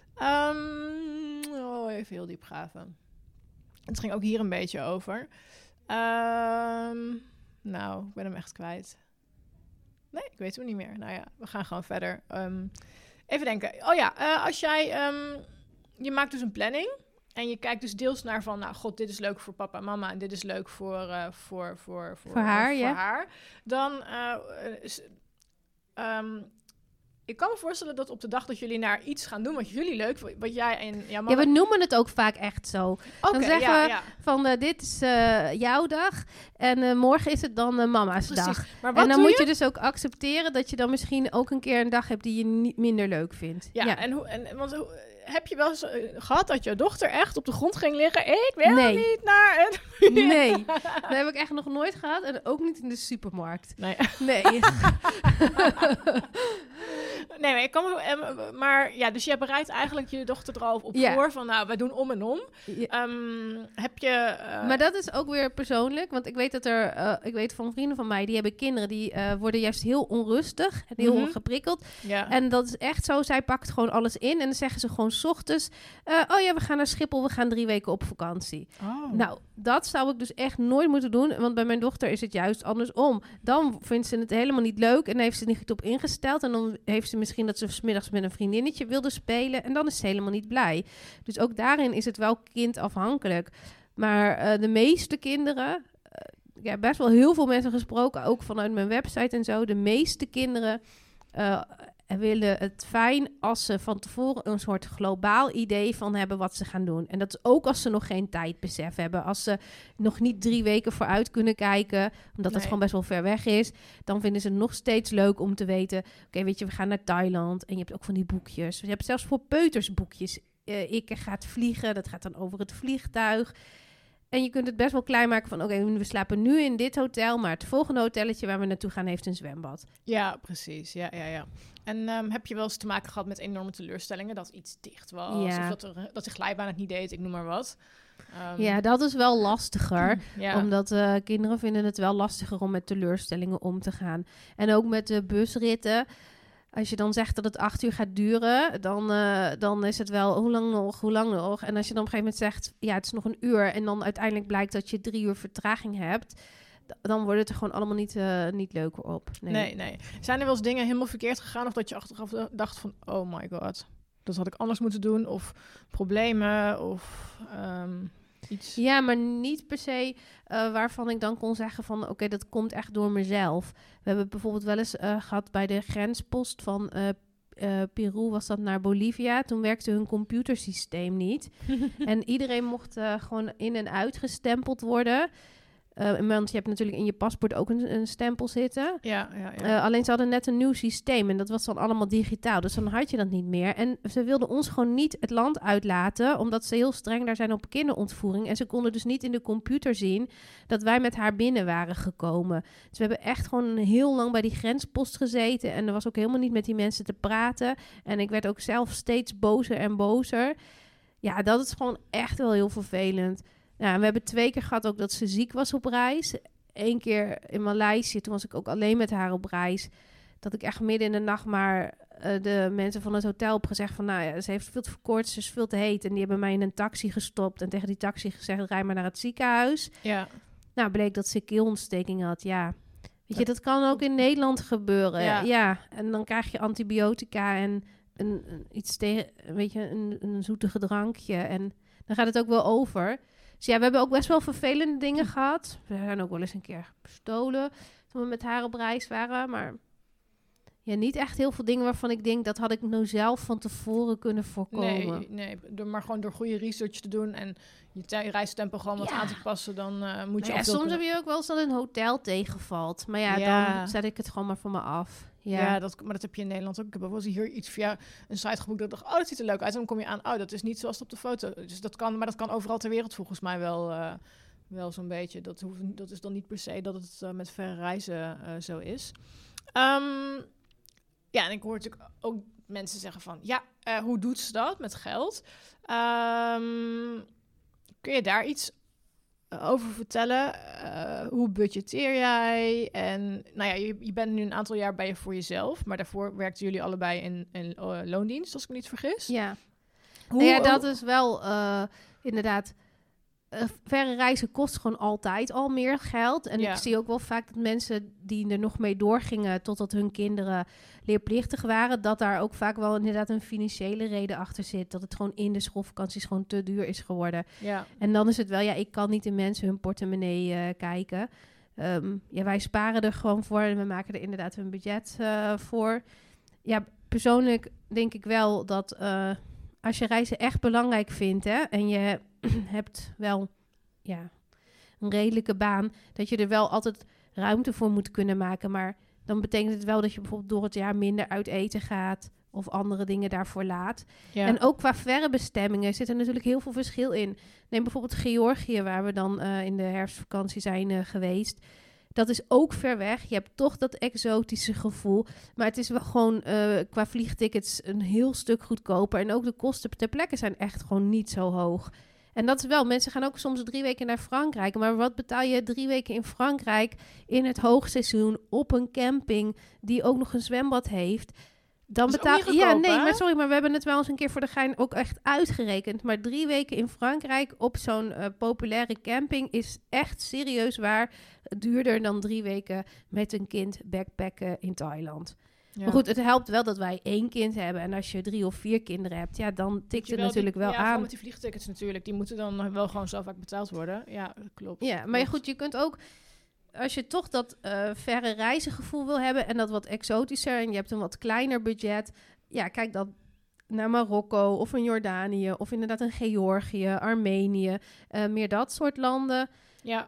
Even heel diep graven. Het ging ook hier een beetje over. Nou, ik ben hem echt kwijt. Nee, ik weet hem niet meer. Nou ja, we gaan gewoon verder. Even denken. Als jij... je maakt dus een planning. En je kijkt dus deels naar van... Nou, god, dit is leuk voor papa en mama. En dit is leuk voor haar. Dan... ik kan me voorstellen dat op de dag dat jullie naar iets gaan doen... wat jullie leuk vinden, wat jij en jouw mama... Ja, we noemen het ook vaak echt zo. Dan zeggen we van dit is jouw dag... en morgen is het dan mama's dag. Maar wat en dan moet je dus ook accepteren... dat je dan misschien ook een keer een dag hebt... die je niet minder leuk vindt. Ja. Want heb je wel eens gehad dat je dochter echt op de grond ging liggen? Ik wil niet naar een... Nee, dat heb ik echt nog nooit gehad. En ook niet in de supermarkt. Nee. Nee, maar ik kan dus jij bereidt eigenlijk je dochter er al op voor van, nou, wij doen om en om. Ja. Heb je... Maar dat is ook weer persoonlijk, want ik weet dat ik weet van vrienden van mij, die hebben kinderen, die worden juist heel onrustig en heel geprikkeld. Ja. En dat is echt zo, zij pakt gewoon alles in en dan zeggen ze gewoon 's ochtends, we gaan naar Schiphol, we gaan 3 weken op vakantie. Oh. Nou, dat zou ik dus echt nooit moeten doen, want bij mijn dochter is het juist andersom. Dan vindt ze het helemaal niet leuk en heeft ze niet op ingesteld en dan heeft ze misschien dat ze 's middags met een vriendinnetje wilde spelen en dan is ze helemaal niet blij. Dus ook daarin is het wel kindafhankelijk. Maar de meeste kinderen, best wel heel veel mensen gesproken, ook vanuit mijn website en zo, de meeste kinderen willen het fijn als ze van tevoren een soort globaal idee van hebben wat ze gaan doen. En dat is ook als ze nog geen tijdbesef hebben. Als ze nog niet 3 weken vooruit kunnen kijken, omdat het gewoon best wel ver weg is, dan vinden ze het nog steeds leuk om te weten, oké, weet je, we gaan naar Thailand en je hebt ook van die boekjes. Je hebt zelfs voor peuters boekjes. Ik gaat vliegen, dat gaat dan over het vliegtuig. En je kunt het best wel klein maken van... oké, we slapen nu in dit hotel... maar het volgende hotelletje waar we naartoe gaan heeft een zwembad. Ja, precies. Ja. En heb je wel eens te maken gehad met enorme teleurstellingen... dat iets dicht was? Ja. Of dat de glijbaan het niet deed, ik noem maar wat? Ja, dat is wel lastiger. Omdat kinderen vinden het wel lastiger... om met teleurstellingen om te gaan. En ook met de busritten... Als je dan zegt dat het 8 uur gaat duren, dan is het wel hoe lang nog? En als je dan op een gegeven moment zegt, ja, het is nog 1 uur... en dan uiteindelijk blijkt dat je 3 uur vertraging hebt... dan wordt het er gewoon allemaal niet leuker op. Nee. Zijn er wel eens dingen helemaal verkeerd gegaan? Of dat je achteraf dacht van, oh my god, dat had ik anders moeten doen? Of problemen? Of iets? Ja, maar niet per se waarvan ik dan kon zeggen van... oké, dat komt echt door mezelf. We hebben bijvoorbeeld wel eens gehad bij de grenspost van... Peru was dat naar Bolivia. Toen werkte hun computersysteem niet. En iedereen mocht gewoon in- en uitgestempeld worden. Want je hebt natuurlijk in je paspoort ook een stempel zitten. Ja. Alleen ze hadden net een nieuw systeem en dat was dan allemaal digitaal. Dus dan had je dat niet meer. En ze wilden ons gewoon niet het land uitlaten, omdat ze heel streng daar zijn op kinderontvoering. En ze konden dus niet in de computer zien dat wij met haar binnen waren gekomen. Dus we hebben echt gewoon heel lang bij die grenspost gezeten. En er was ook helemaal niet met die mensen te praten. En ik werd ook zelf steeds bozer en bozer. Ja, dat is gewoon echt wel heel vervelend. Ja, we hebben 2 keer gehad ook dat ze ziek was op reis. 1 keer in Maleisië, toen was ik ook alleen met haar op reis. Dat ik echt midden in de nacht maar de mensen van het hotel heb gezegd van... nou ja, ze heeft veel te verkoord, ze is veel te heet. En die hebben mij in een taxi gestopt en tegen die taxi gezegd... rij maar naar het ziekenhuis. Ja. Nou, bleek dat ze keelontsteking had, ja. Weet je, dat kan ook in Nederland gebeuren. Ja. En dan krijg je antibiotica en iets tegen, weet je, een zoetige drankje. En dan gaat het ook wel over... Dus ja, we hebben ook best wel vervelende dingen gehad. We zijn ook wel eens een keer bestolen toen we met haar op reis waren. Maar ja, niet echt heel veel dingen waarvan ik denk... dat had ik nou zelf van tevoren kunnen voorkomen. Nee, maar gewoon door goede research te doen... en je reistempo gewoon wat aan te passen... dan moet je ja, soms heb je ook wel eens dat een hotel tegenvalt. Maar ja, dan zet ik het gewoon maar van me af. Ja, maar dat heb je in Nederland ook. Ik heb ook wel eens hier iets via een site geboekt... dat ik dacht, dat ziet er leuk uit. En dan kom je aan, dat is niet zoals het op de foto. Dus dat kan overal ter wereld volgens mij wel zo'n beetje. Dat is dan niet per se dat het met verre reizen zo is. Ja, en ik hoor natuurlijk ook mensen zeggen van... hoe doet ze dat met geld? Kun je daar iets over vertellen? Hoe budgetteer jij? En nou ja, je bent nu een aantal jaar bij je voor jezelf... maar daarvoor werkten jullie allebei in loondienst, als ik me niet vergis. Ja, dat is wel inderdaad... verre reizen kost gewoon altijd al meer geld. En ik zie ook wel vaak dat mensen die er nog mee doorgingen... totdat hun kinderen leerplichtig waren... dat daar ook vaak wel inderdaad een financiële reden achter zit. Dat het gewoon in de schoolvakanties gewoon te duur is geworden. Ja. En dan is het wel, ik kan niet in mensen hun portemonnee kijken. Wij sparen er gewoon voor en we maken er inderdaad een budget voor. Ja, persoonlijk denk ik wel dat... als je reizen echt belangrijk vindt... en je hebt wel een redelijke baan... dat je er wel altijd ruimte voor moet kunnen maken. Maar dan betekent het wel dat je bijvoorbeeld door het jaar... minder uit eten gaat of andere dingen daarvoor laat. Ja. En ook qua verre bestemmingen zit er natuurlijk heel veel verschil in. Neem bijvoorbeeld Georgië, waar we dan in de herfstvakantie zijn geweest... Dat is ook ver weg. Je hebt toch dat exotische gevoel. Maar het is wel gewoon qua vliegtickets een heel stuk goedkoper. En ook de kosten ter plekke zijn echt gewoon niet zo hoog. En dat is wel, mensen gaan ook soms 3 weken naar Frankrijk. Maar wat betaal je 3 weken in Frankrijk in het hoogseizoen op een camping die ook nog een zwembad heeft? Dan betaal je. Maar we hebben het wel eens een keer voor de gein ook echt uitgerekend. Maar 3 weken in Frankrijk op zo'n populaire camping is echt serieus waar duurder dan 3 weken met een kind backpacken in Thailand. Ja. Maar goed, het helpt wel dat wij 1 kind hebben. En als je 3 of 4 kinderen hebt, dan tikt het natuurlijk wel aan. Ja, met die vliegtickets natuurlijk. Die moeten dan wel gewoon zo vaak betaald worden. Ja, klopt. Ja, maar goed, je kunt ook... Als je toch dat verre reizengevoel wil hebben... en dat wat exotischer en je hebt een wat kleiner budget... kijk dan naar Marokko of een Jordanië... of inderdaad een Georgië, Armenië... meer dat soort landen. Ja.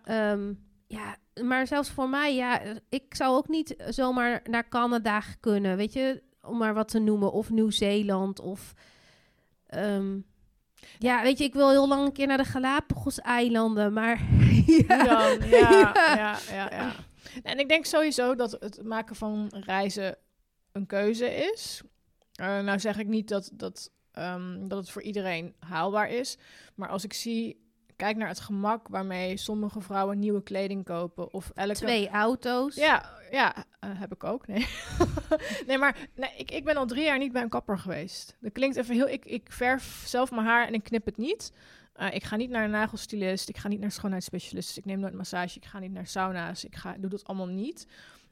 Maar zelfs voor mij, ik zou ook niet zomaar naar Canada kunnen... weet je, om maar wat te noemen. Of Nieuw-Zeeland of... weet je, ik wil heel lang een keer naar de Galapagos-eilanden, maar... Ja. En ik denk sowieso dat het maken van reizen een keuze is. Nou zeg ik niet dat het voor iedereen haalbaar is. Maar als ik kijk naar het gemak waarmee sommige vrouwen nieuwe kleding kopen. Of 2 auto's. Ja, heb ik ook. Nee. Ik ben al 3 jaar niet bij een kapper geweest. Dat klinkt even heel... Ik verf zelf mijn haar en ik knip het niet. Ik ga niet naar een nagelstylist, ik ga niet naar schoonheidsspecialisten, ik neem nooit massage, ik ga niet naar sauna's, doe dat allemaal niet.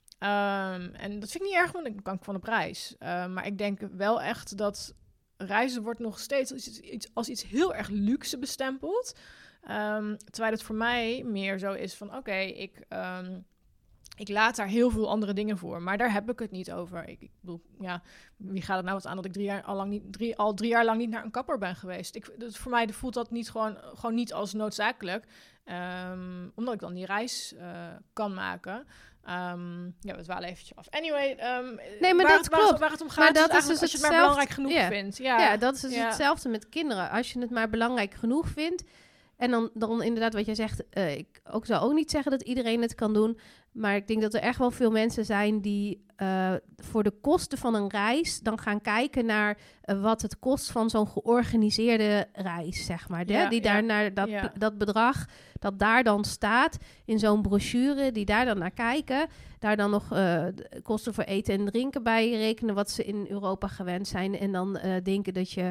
En dat vind ik niet erg, want ik kan van op reis. Maar ik denk wel echt dat reizen wordt nog steeds als iets heel erg luxe bestempeld. Terwijl het voor mij meer zo is van oké, ik laat daar heel veel andere dingen voor, maar daar heb ik het niet over. Ik bedoel, ja, wie gaat het nou wat aan dat ik al 3 jaar lang niet naar een kapper ben geweest? Voor mij voelt dat niet gewoon niet als noodzakelijk, omdat ik dan die reis kan maken. We dwalen eventjes af. Anyway, nee, maar dat klopt. Waar het om gaat, maar dat is dus als je het maar belangrijk genoeg vindt. Ja, dat is dus hetzelfde met kinderen. Als je het maar belangrijk genoeg vindt. En dan inderdaad wat jij zegt, ik zou ook niet zeggen dat iedereen het kan doen. Maar ik denk dat er echt wel veel mensen zijn die voor de kosten van een reis dan gaan kijken naar wat het kost van zo'n georganiseerde reis, zeg maar. Daar naar dat bedrag dat daar dan staat in zo'n brochure, die daar dan naar kijken. Daar dan nog kosten voor eten en drinken bij rekenen wat ze in Europa gewend zijn. En dan denken dat je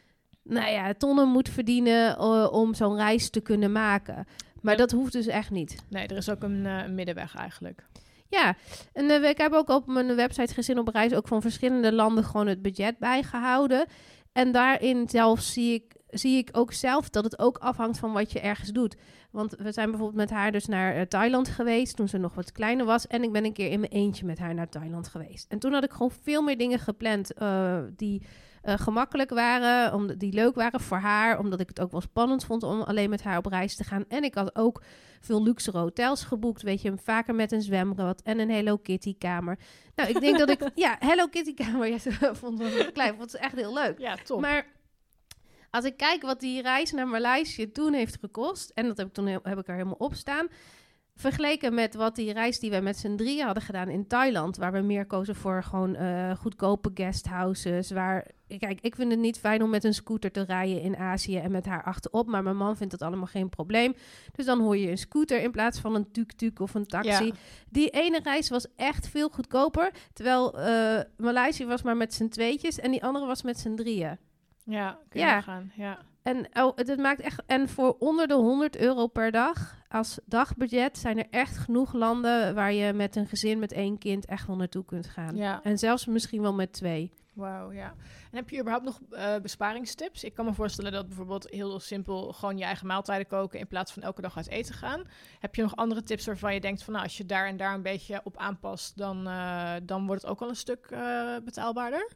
tonnen moet verdienen om zo'n reis te kunnen maken. Maar dat hoeft dus echt niet. Nee, er is ook een middenweg eigenlijk. Ja, en ik heb ook op mijn website Gezin op Reis ook van verschillende landen gewoon het budget bijgehouden. En daarin zelf zie ik ook zelf dat het ook afhangt van wat je ergens doet. Want we zijn bijvoorbeeld met haar dus naar Thailand geweest toen ze nog wat kleiner was. En ik ben een keer in mijn eentje met haar naar Thailand geweest. En toen had ik gewoon veel meer dingen gepland die gemakkelijk waren, die leuk waren voor haar, omdat ik het ook wel spannend vond om alleen met haar op reis te gaan. En ik had ook veel luxere hotels geboekt, weet je, vaker met een zwembad en een Hello Kitty kamer. Nou, ik denk dat ik, Hello Kitty kamer, vond het klein, vond het echt heel leuk. Ja, top. Maar als ik kijk wat die reis naar Maleisië toen heeft gekost, en dat heb ik er helemaal op staan, vergeleken met wat die reis die wij met z'n 3 hadden gedaan in Thailand, waar we meer kozen voor gewoon goedkope guesthouses. Kijk, ik vind het niet fijn om met een scooter te rijden in Azië en met haar achterop, maar mijn man vindt dat allemaal geen probleem. Dus dan hoor je een scooter in plaats van een tuk-tuk of een taxi. Ja. Die ene reis was echt veel goedkoper, terwijl Maleisië was maar met z'n 2'tjes en die andere was met z'n 3'en. Ja, kun je gaan. Ja. En het maakt echt. En voor onder de €100 per dag als dagbudget zijn er echt genoeg landen waar je met een gezin met 1 kind echt wel naartoe kunt gaan. Ja. En zelfs misschien wel met 2. Wauw, ja. En heb je überhaupt nog besparingstips? Ik kan me voorstellen dat bijvoorbeeld heel simpel gewoon je eigen maaltijden koken in plaats van elke dag uit eten gaan. Heb je nog andere tips waarvan je denkt van als je daar en daar een beetje op aanpast, dan wordt het ook wel een stuk betaalbaarder?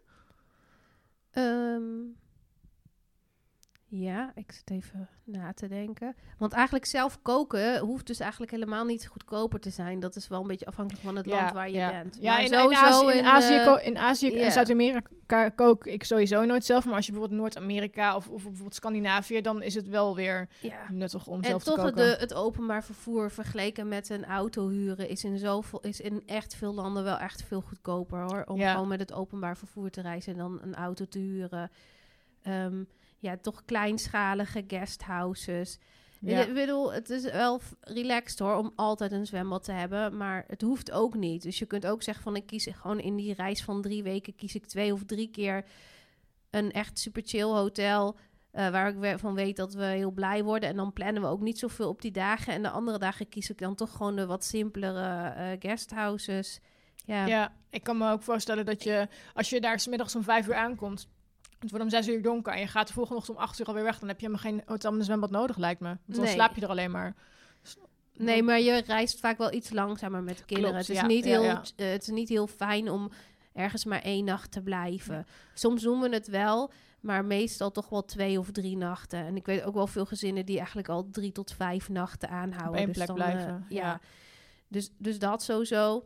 Ja, ik zit even na te denken. Want eigenlijk zelf koken hoeft dus eigenlijk helemaal niet goedkoper te zijn. Dat is wel een beetje afhankelijk van het land waar je bent. Ja, in Azië en Zuid-Amerika kook ik sowieso nooit zelf. Maar als je bijvoorbeeld Noord-Amerika of bijvoorbeeld Scandinavië, dan is het wel weer nuttig om zelf te koken. En toch het openbaar vervoer vergeleken met een auto huren is in echt veel landen wel echt veel goedkoper, hoor. Om gewoon met het openbaar vervoer te reizen en dan een auto te huren. Toch kleinschalige guesthouses. Ja. Ik bedoel, het is wel relaxed hoor, om altijd een zwembad te hebben. Maar het hoeft ook niet. Dus je kunt ook zeggen van ik kies gewoon in die reis van 3 weken kies ik 2 of 3 keer een echt super chill hotel. Waar ik van weet dat we heel blij worden. En dan plannen we ook niet zoveel op die dagen. En de andere dagen kies ik dan toch gewoon de wat simpelere guesthouses. Ja, ik kan me ook voorstellen dat je, als je daar 's middags om 5 uur aankomt, het wordt om 6 uur donker en je gaat de volgende ochtend om 8 uur alweer weg, dan heb je helemaal geen hotel met een zwembad nodig, lijkt me. Want dan slaap je er alleen maar. Nee, maar je reist vaak wel iets langzamer met kinderen. Klopt, het is niet heel fijn om ergens maar 1 nacht te blijven. Ja. Soms doen we het wel, maar meestal toch wel 2 of 3 nachten. En ik weet ook wel veel gezinnen die eigenlijk al 3 tot 5 nachten aanhouden. Op 1 plek blijven. Dus dat sowieso.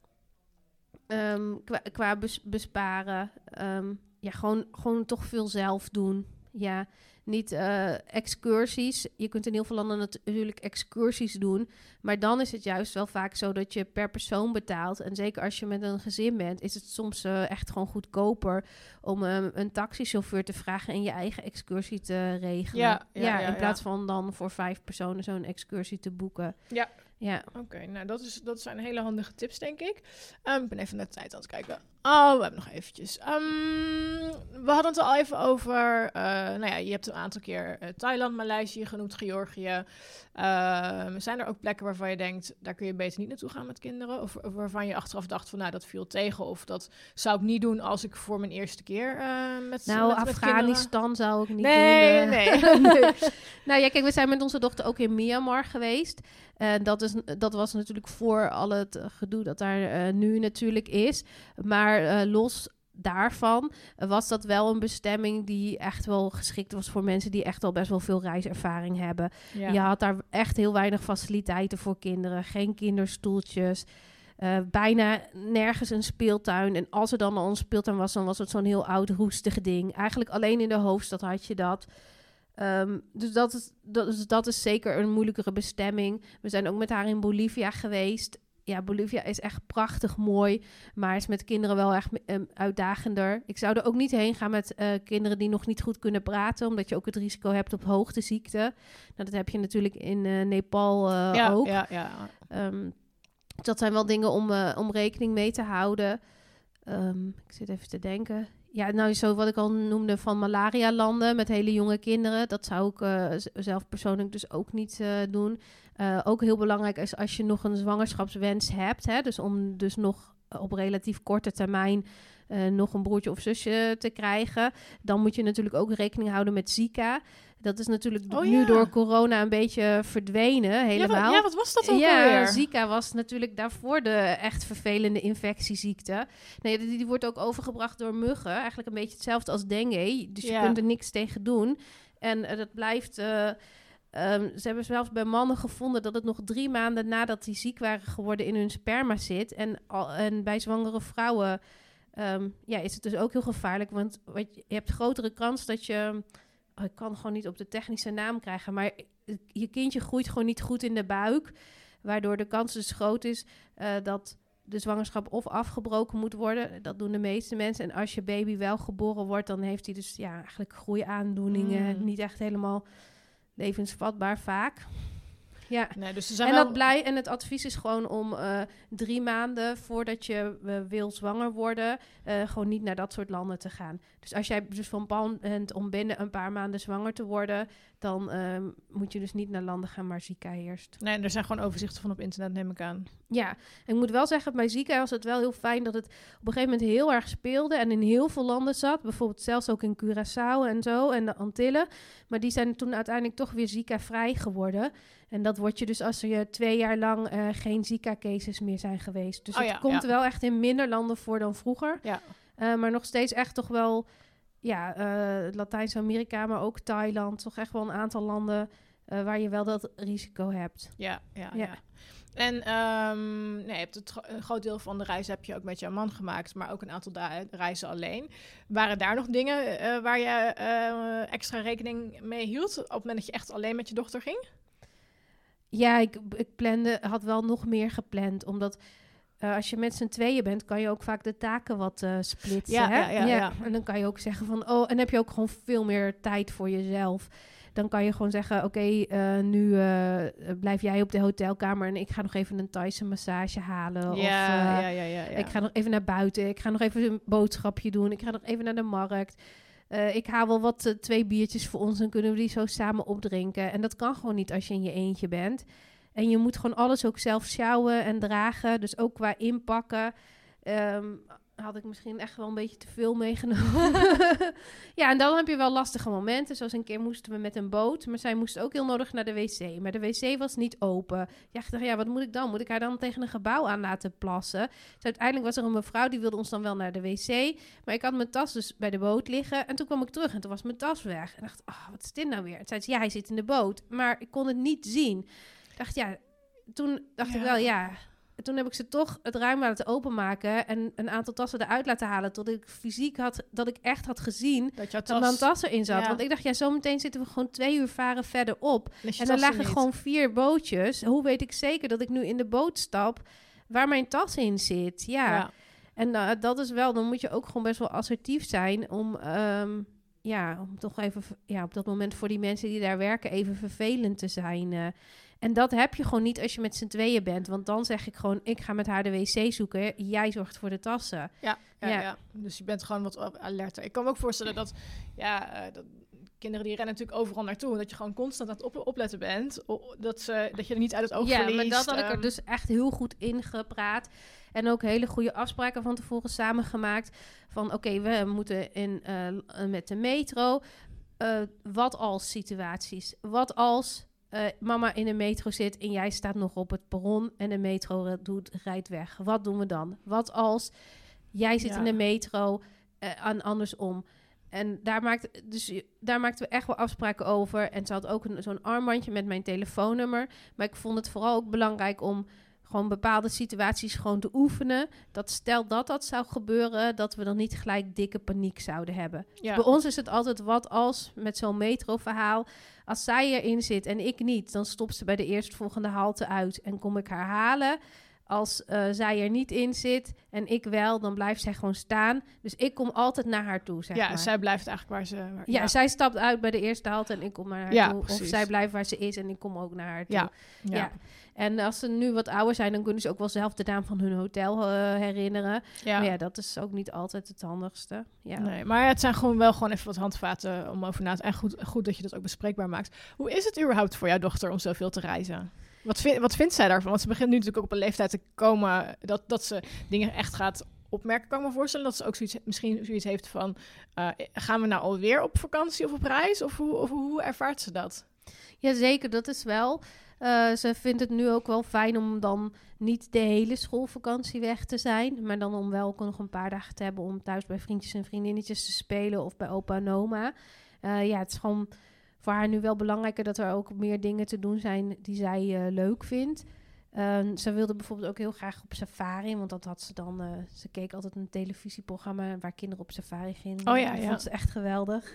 Qua besparen. Gewoon toch veel zelf doen. Ja, niet excursies. Je kunt in heel veel landen natuurlijk excursies doen. Maar dan is het juist wel vaak zo dat je per persoon betaalt. En zeker als je met een gezin bent, is het soms echt gewoon goedkoper om een taxichauffeur te vragen en je eigen excursie te regelen. In plaats van dan voor 5 personen zo'n excursie te boeken. Ja. Oké, nou dat zijn hele handige tips, denk ik. Ik ben even naar de tijd aan het kijken. Oh, we hebben nog eventjes. We hadden het al even over, je hebt een aantal keer Thailand, Maleisië genoemd, Georgië. Zijn er ook plekken waarvan je denkt, daar kun je beter niet naartoe gaan met kinderen? Of waarvan je achteraf dacht van, nou, dat viel tegen. Of dat zou ik niet doen als ik voor mijn eerste keer met Afghanistan met zou ik niet doen. Nee. Nee. Nou ja, kijk, we zijn met onze dochter ook in Myanmar geweest. En dat was natuurlijk voor al het gedoe dat daar nu natuurlijk is. Maar los daarvan was dat wel een bestemming die echt wel geschikt was voor mensen die echt al best wel veel reiservaring hebben. Ja. Je had daar echt heel weinig faciliteiten voor kinderen. Geen kinderstoeltjes. Bijna nergens een speeltuin. En als er dan al een speeltuin was, dan was het zo'n heel oud roestige ding. Eigenlijk alleen in de hoofdstad had je dat. Dus dat is zeker een moeilijkere bestemming. We zijn ook met haar in Bolivia geweest. Ja, Bolivia is echt prachtig mooi, maar is met kinderen wel echt uitdagender. Ik zou er ook niet heen gaan met kinderen die nog niet goed kunnen praten, omdat je ook het risico hebt op hoogteziekte. Nou, dat heb je natuurlijk in Nepal ook. Ja. Dat zijn wel dingen om rekening mee te houden. Ik zit even te denken. Ja, nou, zo wat ik al noemde van malaria-landen met hele jonge kinderen. Dat zou ik zelf persoonlijk dus ook niet doen. Ook heel belangrijk is als je nog een zwangerschapswens hebt. Hè, dus om dus nog op relatief korte termijn nog een broertje of zusje te krijgen. Dan moet je natuurlijk ook rekening houden met Zika. Dat is natuurlijk nu door corona een beetje verdwenen helemaal. Wat was dat ook alweer? Zika was natuurlijk daarvoor de echt vervelende infectieziekte. Nee, die wordt ook overgebracht door muggen. Eigenlijk een beetje hetzelfde als dengue. Dus je kunt er niks tegen doen. En dat blijft... ze hebben zelfs bij mannen gevonden dat het nog 3 maanden nadat die ziek waren geworden in hun sperma zit. En bij zwangere vrouwen is het dus ook heel gevaarlijk. Want je hebt grotere kans dat je... ik kan gewoon niet op de technische naam krijgen, maar je kindje groeit gewoon niet goed in de buik, waardoor de kans dus groot is dat de zwangerschap of afgebroken moet worden. Dat doen de meeste mensen. En als je baby wel geboren wordt, dan heeft hij dus eigenlijk groeiaandoeningen. Niet echt helemaal levensvatbaar vaak. Ja, nee, dus en het advies is gewoon om 3 maanden voordat je wil zwanger worden, gewoon niet naar dat soort landen te gaan. Dus als jij dus van plan bent om binnen een paar maanden zwanger te worden, dan moet je dus niet naar landen gaan waar Zika heerst. Nee, er zijn gewoon overzichten van op internet, neem ik aan. Ja, en ik moet wel zeggen, bij Zika was het wel heel fijn dat het op een gegeven moment heel erg speelde en in heel veel landen zat. Bijvoorbeeld zelfs ook in Curaçao en zo en de Antillen. Maar die zijn toen uiteindelijk toch weer Zika-vrij geworden. En dat wordt je dus als er 2 jaar lang geen Zika-cases meer zijn geweest. Dus het komt wel echt in minder landen voor dan vroeger. Ja. Maar nog steeds echt toch wel, Latijns-Amerika, maar ook Thailand. Toch echt wel een aantal landen waar je wel dat risico hebt. Ja. En je hebt een groot deel van de reis heb je ook met jouw man gemaakt, maar ook een aantal reizen alleen. Waren daar nog dingen waar je extra rekening mee hield op het moment dat je echt alleen met je dochter ging? Ja, ik had wel nog meer gepland, omdat als je met z'n tweeën bent, kan je ook vaak de taken wat splitsen. Ja. En dan kan je ook zeggen van, en heb je ook gewoon veel meer tijd voor jezelf. Dan kan je gewoon zeggen, oké, nu blijf jij op de hotelkamer en ik ga nog even een Thaise massage halen. Ik ga nog even naar buiten. Ik ga nog even een boodschapje doen. Ik ga nog even naar de markt. Ik haal wel wat 2 biertjes voor ons en kunnen we die zo samen opdrinken. En dat kan gewoon niet als je in je eentje bent. En je moet gewoon alles ook zelf sjouwen en dragen. Dus ook qua inpakken. Had ik misschien echt wel een beetje te veel meegenomen. Ja, en dan heb je wel lastige momenten. Zoals een keer moesten we met een boot. Maar zij moest ook heel nodig naar de wc. Maar de wc was niet open. Ja, ik dacht, wat moet ik dan? Moet ik haar dan tegen een gebouw aan laten plassen? Dus uiteindelijk was er een mevrouw die wilde ons dan wel naar de wc. Maar ik had mijn tas dus bij de boot liggen. En toen kwam ik terug en toen was mijn tas weg. En dacht, wat is dit nou weer? En zei ze, hij zit in de boot. Maar ik kon het niet zien. Ik dacht, toen dacht ik wel, toen heb ik ze toch het ruim laten openmaken en een aantal tassen eruit laten halen tot ik fysiek dat ik echt had gezien dat mijn tas erin zat. Ja. Want ik dacht, zometeen zitten we gewoon 2 uur varen verderop. En er lagen gewoon 4 bootjes. Hoe weet ik zeker dat ik nu in de boot stap waar mijn tas in zit? Ja. En dat is wel, dan moet je ook gewoon best wel assertief zijn om toch even op dat moment voor die mensen die daar werken even vervelend te zijn. En dat heb je gewoon niet als je met z'n tweeën bent. Want dan zeg ik gewoon, ik ga met haar de wc zoeken. Jij zorgt voor de tassen. Ja. Dus je bent gewoon wat alerter. Ik kan me ook voorstellen dat kinderen die rennen natuurlijk overal naartoe. En dat je gewoon constant aan het opletten bent. Dat je er niet uit het oog verliest. Ja, maar dat had ik er dus echt heel goed in gepraat. En ook hele goede afspraken van tevoren samengemaakt. Van oké, we moeten met de metro. Wat als situaties? Wat als mama in de metro zit en jij staat nog op het perron en de metro rijdt weg? Wat doen we dan? Wat als jij zit in de metro en andersom? En daar maakten we echt wel afspraken over. En ze had ook zo'n armbandje met mijn telefoonnummer. Maar ik vond het vooral ook belangrijk om gewoon bepaalde situaties gewoon te oefenen. Dat stel dat zou gebeuren, dat we dan niet gelijk dikke paniek zouden hebben. Ja. Dus bij ons is het altijd wat als met zo'n metroverhaal. Als zij erin zit en ik niet, dan stopt ze bij de eerstvolgende halte uit en kom ik haar halen. Als zij er niet in zit en ik wel, dan blijft zij gewoon staan. Dus ik kom altijd naar haar toe, zeg maar. Zij blijft eigenlijk waar Ja, zij stapt uit bij de eerste halte en ik kom naar haar toe. Precies. Of zij blijft waar ze is en ik kom ook naar haar toe. Ja. En als ze nu wat ouder zijn, dan kunnen ze ook wel zelf de naam van hun hotel herinneren. Ja. Maar ja, dat is ook niet altijd het handigste. Ja. Nee, maar het zijn gewoon even wat handvaten om over na te denken. En goed dat je dat ook bespreekbaar maakt. Hoe is het überhaupt voor jouw dochter om zoveel te reizen? Wat vindt zij daarvan? Want ze begint nu natuurlijk ook op een leeftijd te komen dat ze dingen echt gaat opmerken. Kan ik me voorstellen dat ze ook misschien zoiets heeft van... gaan we nou alweer op vakantie of op reis? Of hoe ervaart ze dat? Jazeker, dat is wel. Ze vindt het nu ook wel fijn om dan niet de hele schoolvakantie weg te zijn. Maar dan om wel ook nog een paar dagen te hebben om thuis bij vriendjes en vriendinnetjes te spelen of bij opa en oma. Het is gewoon voor haar nu wel belangrijker dat er ook meer dingen te doen zijn die zij leuk vindt. Ze wilde bijvoorbeeld ook heel graag op safari, want dat had ze dan... ze keek altijd een televisieprogramma waar kinderen op safari gingen. Oh ja, dat vond ze echt geweldig.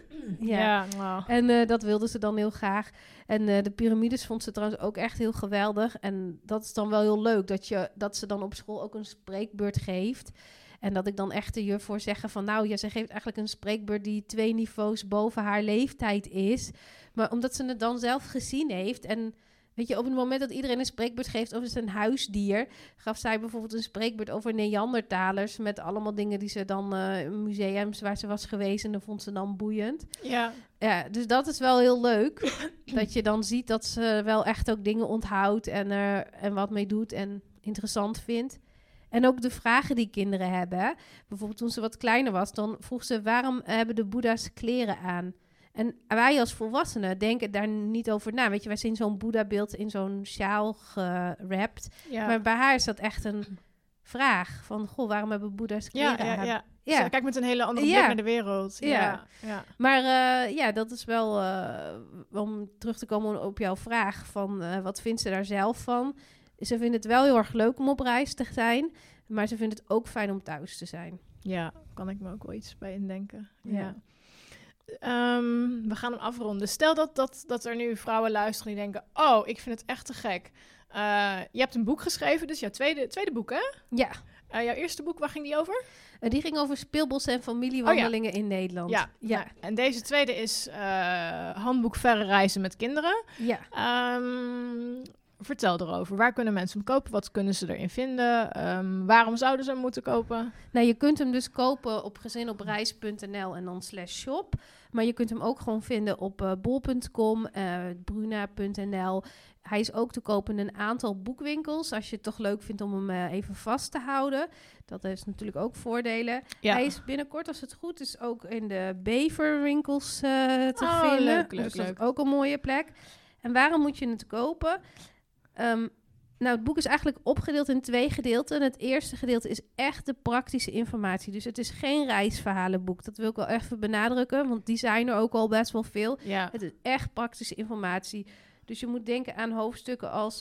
Wow. En dat wilde ze dan heel graag. En de piramides vond ze trouwens ook echt heel geweldig. En dat is dan wel heel leuk, dat ze dan op school ook een spreekbeurt geeft. En dat ik dan echt de juf voor zeggen van... ze geeft eigenlijk een spreekbeurt die 2 niveaus boven haar leeftijd is. Maar omdat ze het dan zelf gezien heeft... en weet je, op het moment dat iedereen een spreekbeurt geeft over zijn huisdier... gaf zij bijvoorbeeld een spreekbeurt over Neandertalers... met allemaal dingen die ze dan museums waar ze was geweest... en dat vond ze dan boeiend. Ja, dus dat is wel heel leuk. Dat je dan ziet dat ze wel echt ook dingen onthoudt... en wat mee doet en interessant vindt. En ook de vragen die kinderen hebben. Hè? Bijvoorbeeld toen ze wat kleiner was... dan vroeg ze, waarom hebben de boeddha's kleren aan? En wij als volwassenen denken daar niet over na. Weet je, wij zien zo'n Boeddha-beeld in zo'n sjaal gewrapt. Ja. Maar bij haar is dat echt een vraag. Van, waarom hebben Boeddha's kleren aan? Ja. Dus kijk met een hele andere blik naar de wereld. Ja. Maar dat is wel... om terug te komen op jouw vraag... van wat vindt ze daar zelf van? Ze vindt het wel heel erg leuk om op reis te zijn... maar ze vindt het ook fijn om thuis te zijn. Ja, kan ik me ook wel iets bij indenken. Ja. We gaan hem afronden. Stel dat er nu vrouwen luisteren die denken... ik vind het echt te gek. Je hebt een boek geschreven, dus jouw tweede boek, hè? Ja. Jouw eerste boek, waar ging die over? Die ging over speelbossen en familiewandelingen in Nederland. Ja. Nou, en deze tweede is Handboek Verre Reizen met Kinderen. Ja. Vertel erover. Waar kunnen mensen hem kopen? Wat kunnen ze erin vinden? Waarom zouden ze hem moeten kopen? Nou, je kunt hem dus kopen op gezinopreis.nl en dan /shop. Maar je kunt hem ook gewoon vinden op bol.com, bruna.nl. Hij is ook te kopen in een aantal boekwinkels. Als je het toch leuk vindt om hem even vast te houden. Dat heeft natuurlijk ook voordelen. Ja. Hij is binnenkort, als het goed is, ook in de Beverwinkels te vinden. Leuk. Dat is ook een mooie plek. En waarom moet je het kopen? Het boek is eigenlijk opgedeeld in 2 gedeelten. Het eerste gedeelte is echt de praktische informatie. Dus het is geen reisverhalenboek. Dat wil ik wel even benadrukken, want die zijn er ook al best wel veel. Ja. Het is echt praktische informatie. Dus je moet denken aan hoofdstukken als...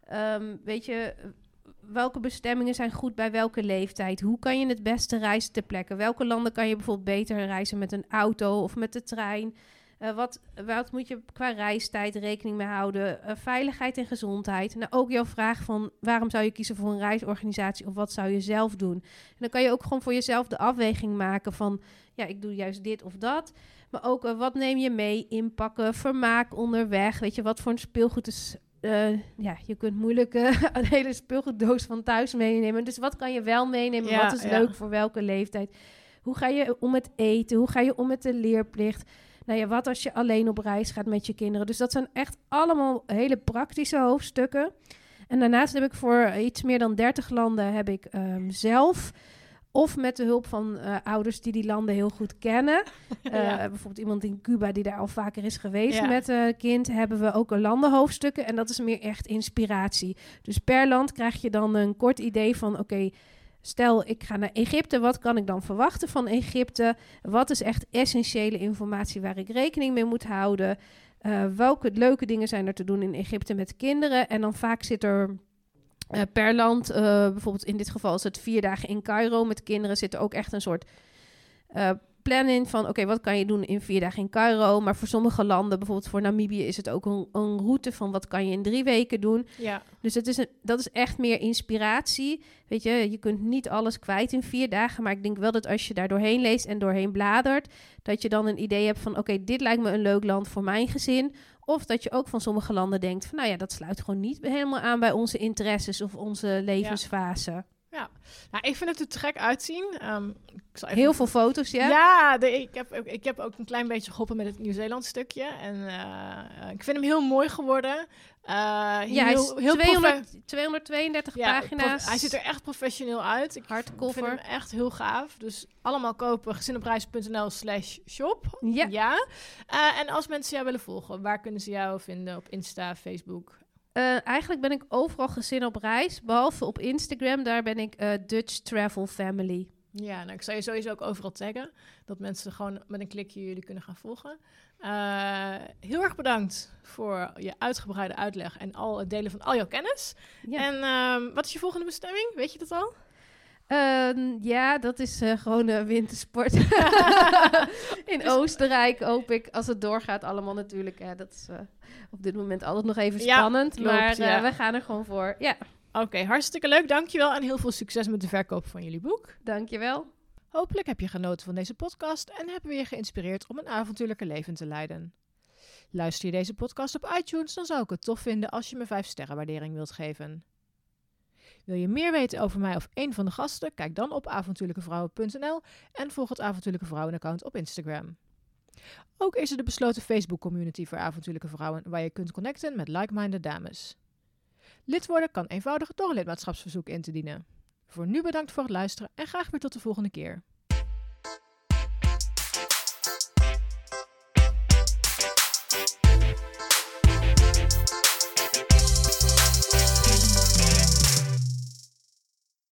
welke bestemmingen zijn goed bij welke leeftijd? Hoe kan je het beste reizen ter plekke? Welke landen kan je bijvoorbeeld beter reizen met een auto of met de trein? Wat moet je qua reistijd rekening mee houden? Veiligheid en gezondheid. Nou, ook jouw vraag van waarom zou je kiezen voor een reisorganisatie of wat zou je zelf doen? En dan kan je ook gewoon voor jezelf de afweging maken van ik doe juist dit of dat. Maar ook wat neem je mee? Inpakken, vermaak onderweg. Weet je, wat voor een speelgoed is... je kunt moeilijk een hele speelgoeddoos van thuis meenemen. Dus wat kan je wel meenemen? Wat is leuk voor welke leeftijd? Hoe ga je om met eten? Hoe ga je om met de leerplicht? Nou ja, wat als je alleen op reis gaat met je kinderen? Dus dat zijn echt allemaal hele praktische hoofdstukken. En daarnaast heb ik voor iets meer dan 30 landen heb ik zelf... of met de hulp van ouders die landen heel goed kennen. Bijvoorbeeld iemand in Cuba die daar al vaker is geweest met een kind... hebben we ook een landenhoofdstukken. En dat is meer echt inspiratie. Dus per land krijg je dan een kort idee van... oké, stel ik ga naar Egypte, wat kan ik dan verwachten van Egypte? Wat is echt essentiële informatie waar ik rekening mee moet houden? Welke leuke dingen zijn er te doen in Egypte met kinderen? En dan vaak zit er... per land, bijvoorbeeld in dit geval is het 4 dagen in Cairo. Met kinderen zit er ook echt een soort plan in van... oké, wat kan je doen in 4 dagen in Cairo? Maar voor sommige landen, bijvoorbeeld voor Namibië... is het ook een route van wat kan je in 3 weken doen. Ja. Dus dat is echt meer inspiratie. Weet je kunt niet alles kwijt in 4 dagen... maar ik denk wel dat als je daar doorheen leest en doorheen bladert... dat je dan een idee hebt van... oké, dit lijkt me een leuk land voor mijn gezin... Of dat je ook van sommige landen denkt... van nou ja, dat sluit gewoon niet helemaal aan bij onze interesses... of onze levensfase. Ja, nou, ik vind het er te gek uitzien. Ik zal even... Heel veel foto's, ja? Ja, ik heb ook een klein beetje geholpen met het Nieuw-Zeeland stukje. En ik vind hem heel mooi geworden. Heel 232 pagina's. Hij ziet er echt professioneel uit. Ik vind hem echt heel gaaf. Dus allemaal kopen, gezinopreis.nl/shop. Ja. En als mensen jou willen volgen, waar kunnen ze jou vinden? Op Insta, Facebook? Eigenlijk ben ik overal gezin op reis, behalve op Instagram. Daar ben ik Dutch Travel Family. Ja, nou, ik zal je sowieso ook overal taggen. Dat mensen gewoon met een klikje jullie kunnen gaan volgen. Heel erg bedankt voor je uitgebreide uitleg en het delen van al jouw kennis. Ja. En wat is je volgende bestemming? Weet je dat al? Ja, dat is gewoon wintersport. In Oostenrijk hoop ik, als het doorgaat allemaal natuurlijk. Dat is op dit moment altijd nog even spannend. Klopt, maar we gaan er gewoon voor. Ja. Oké, hartstikke leuk. Dankjewel en heel veel succes met de verkoop van jullie boek. Dankjewel. Hopelijk heb je genoten van deze podcast en hebben we je geïnspireerd om een avontuurlijke leven te leiden. Luister je deze podcast op iTunes, dan zou ik het tof vinden als je me 5 sterren waardering wilt geven. Wil je meer weten over mij of een van de gasten? Kijk dan op avontuurlijkevrouwen.nl en volg het Avontuurlijke Vrouwen-account op Instagram. Ook is er de besloten Facebook-community voor avontuurlijke vrouwen waar je kunt connecten met like-minded dames. Lid worden kan eenvoudig door een lidmaatschapsverzoek in te dienen. Voor nu bedankt voor het luisteren en graag weer tot de volgende keer.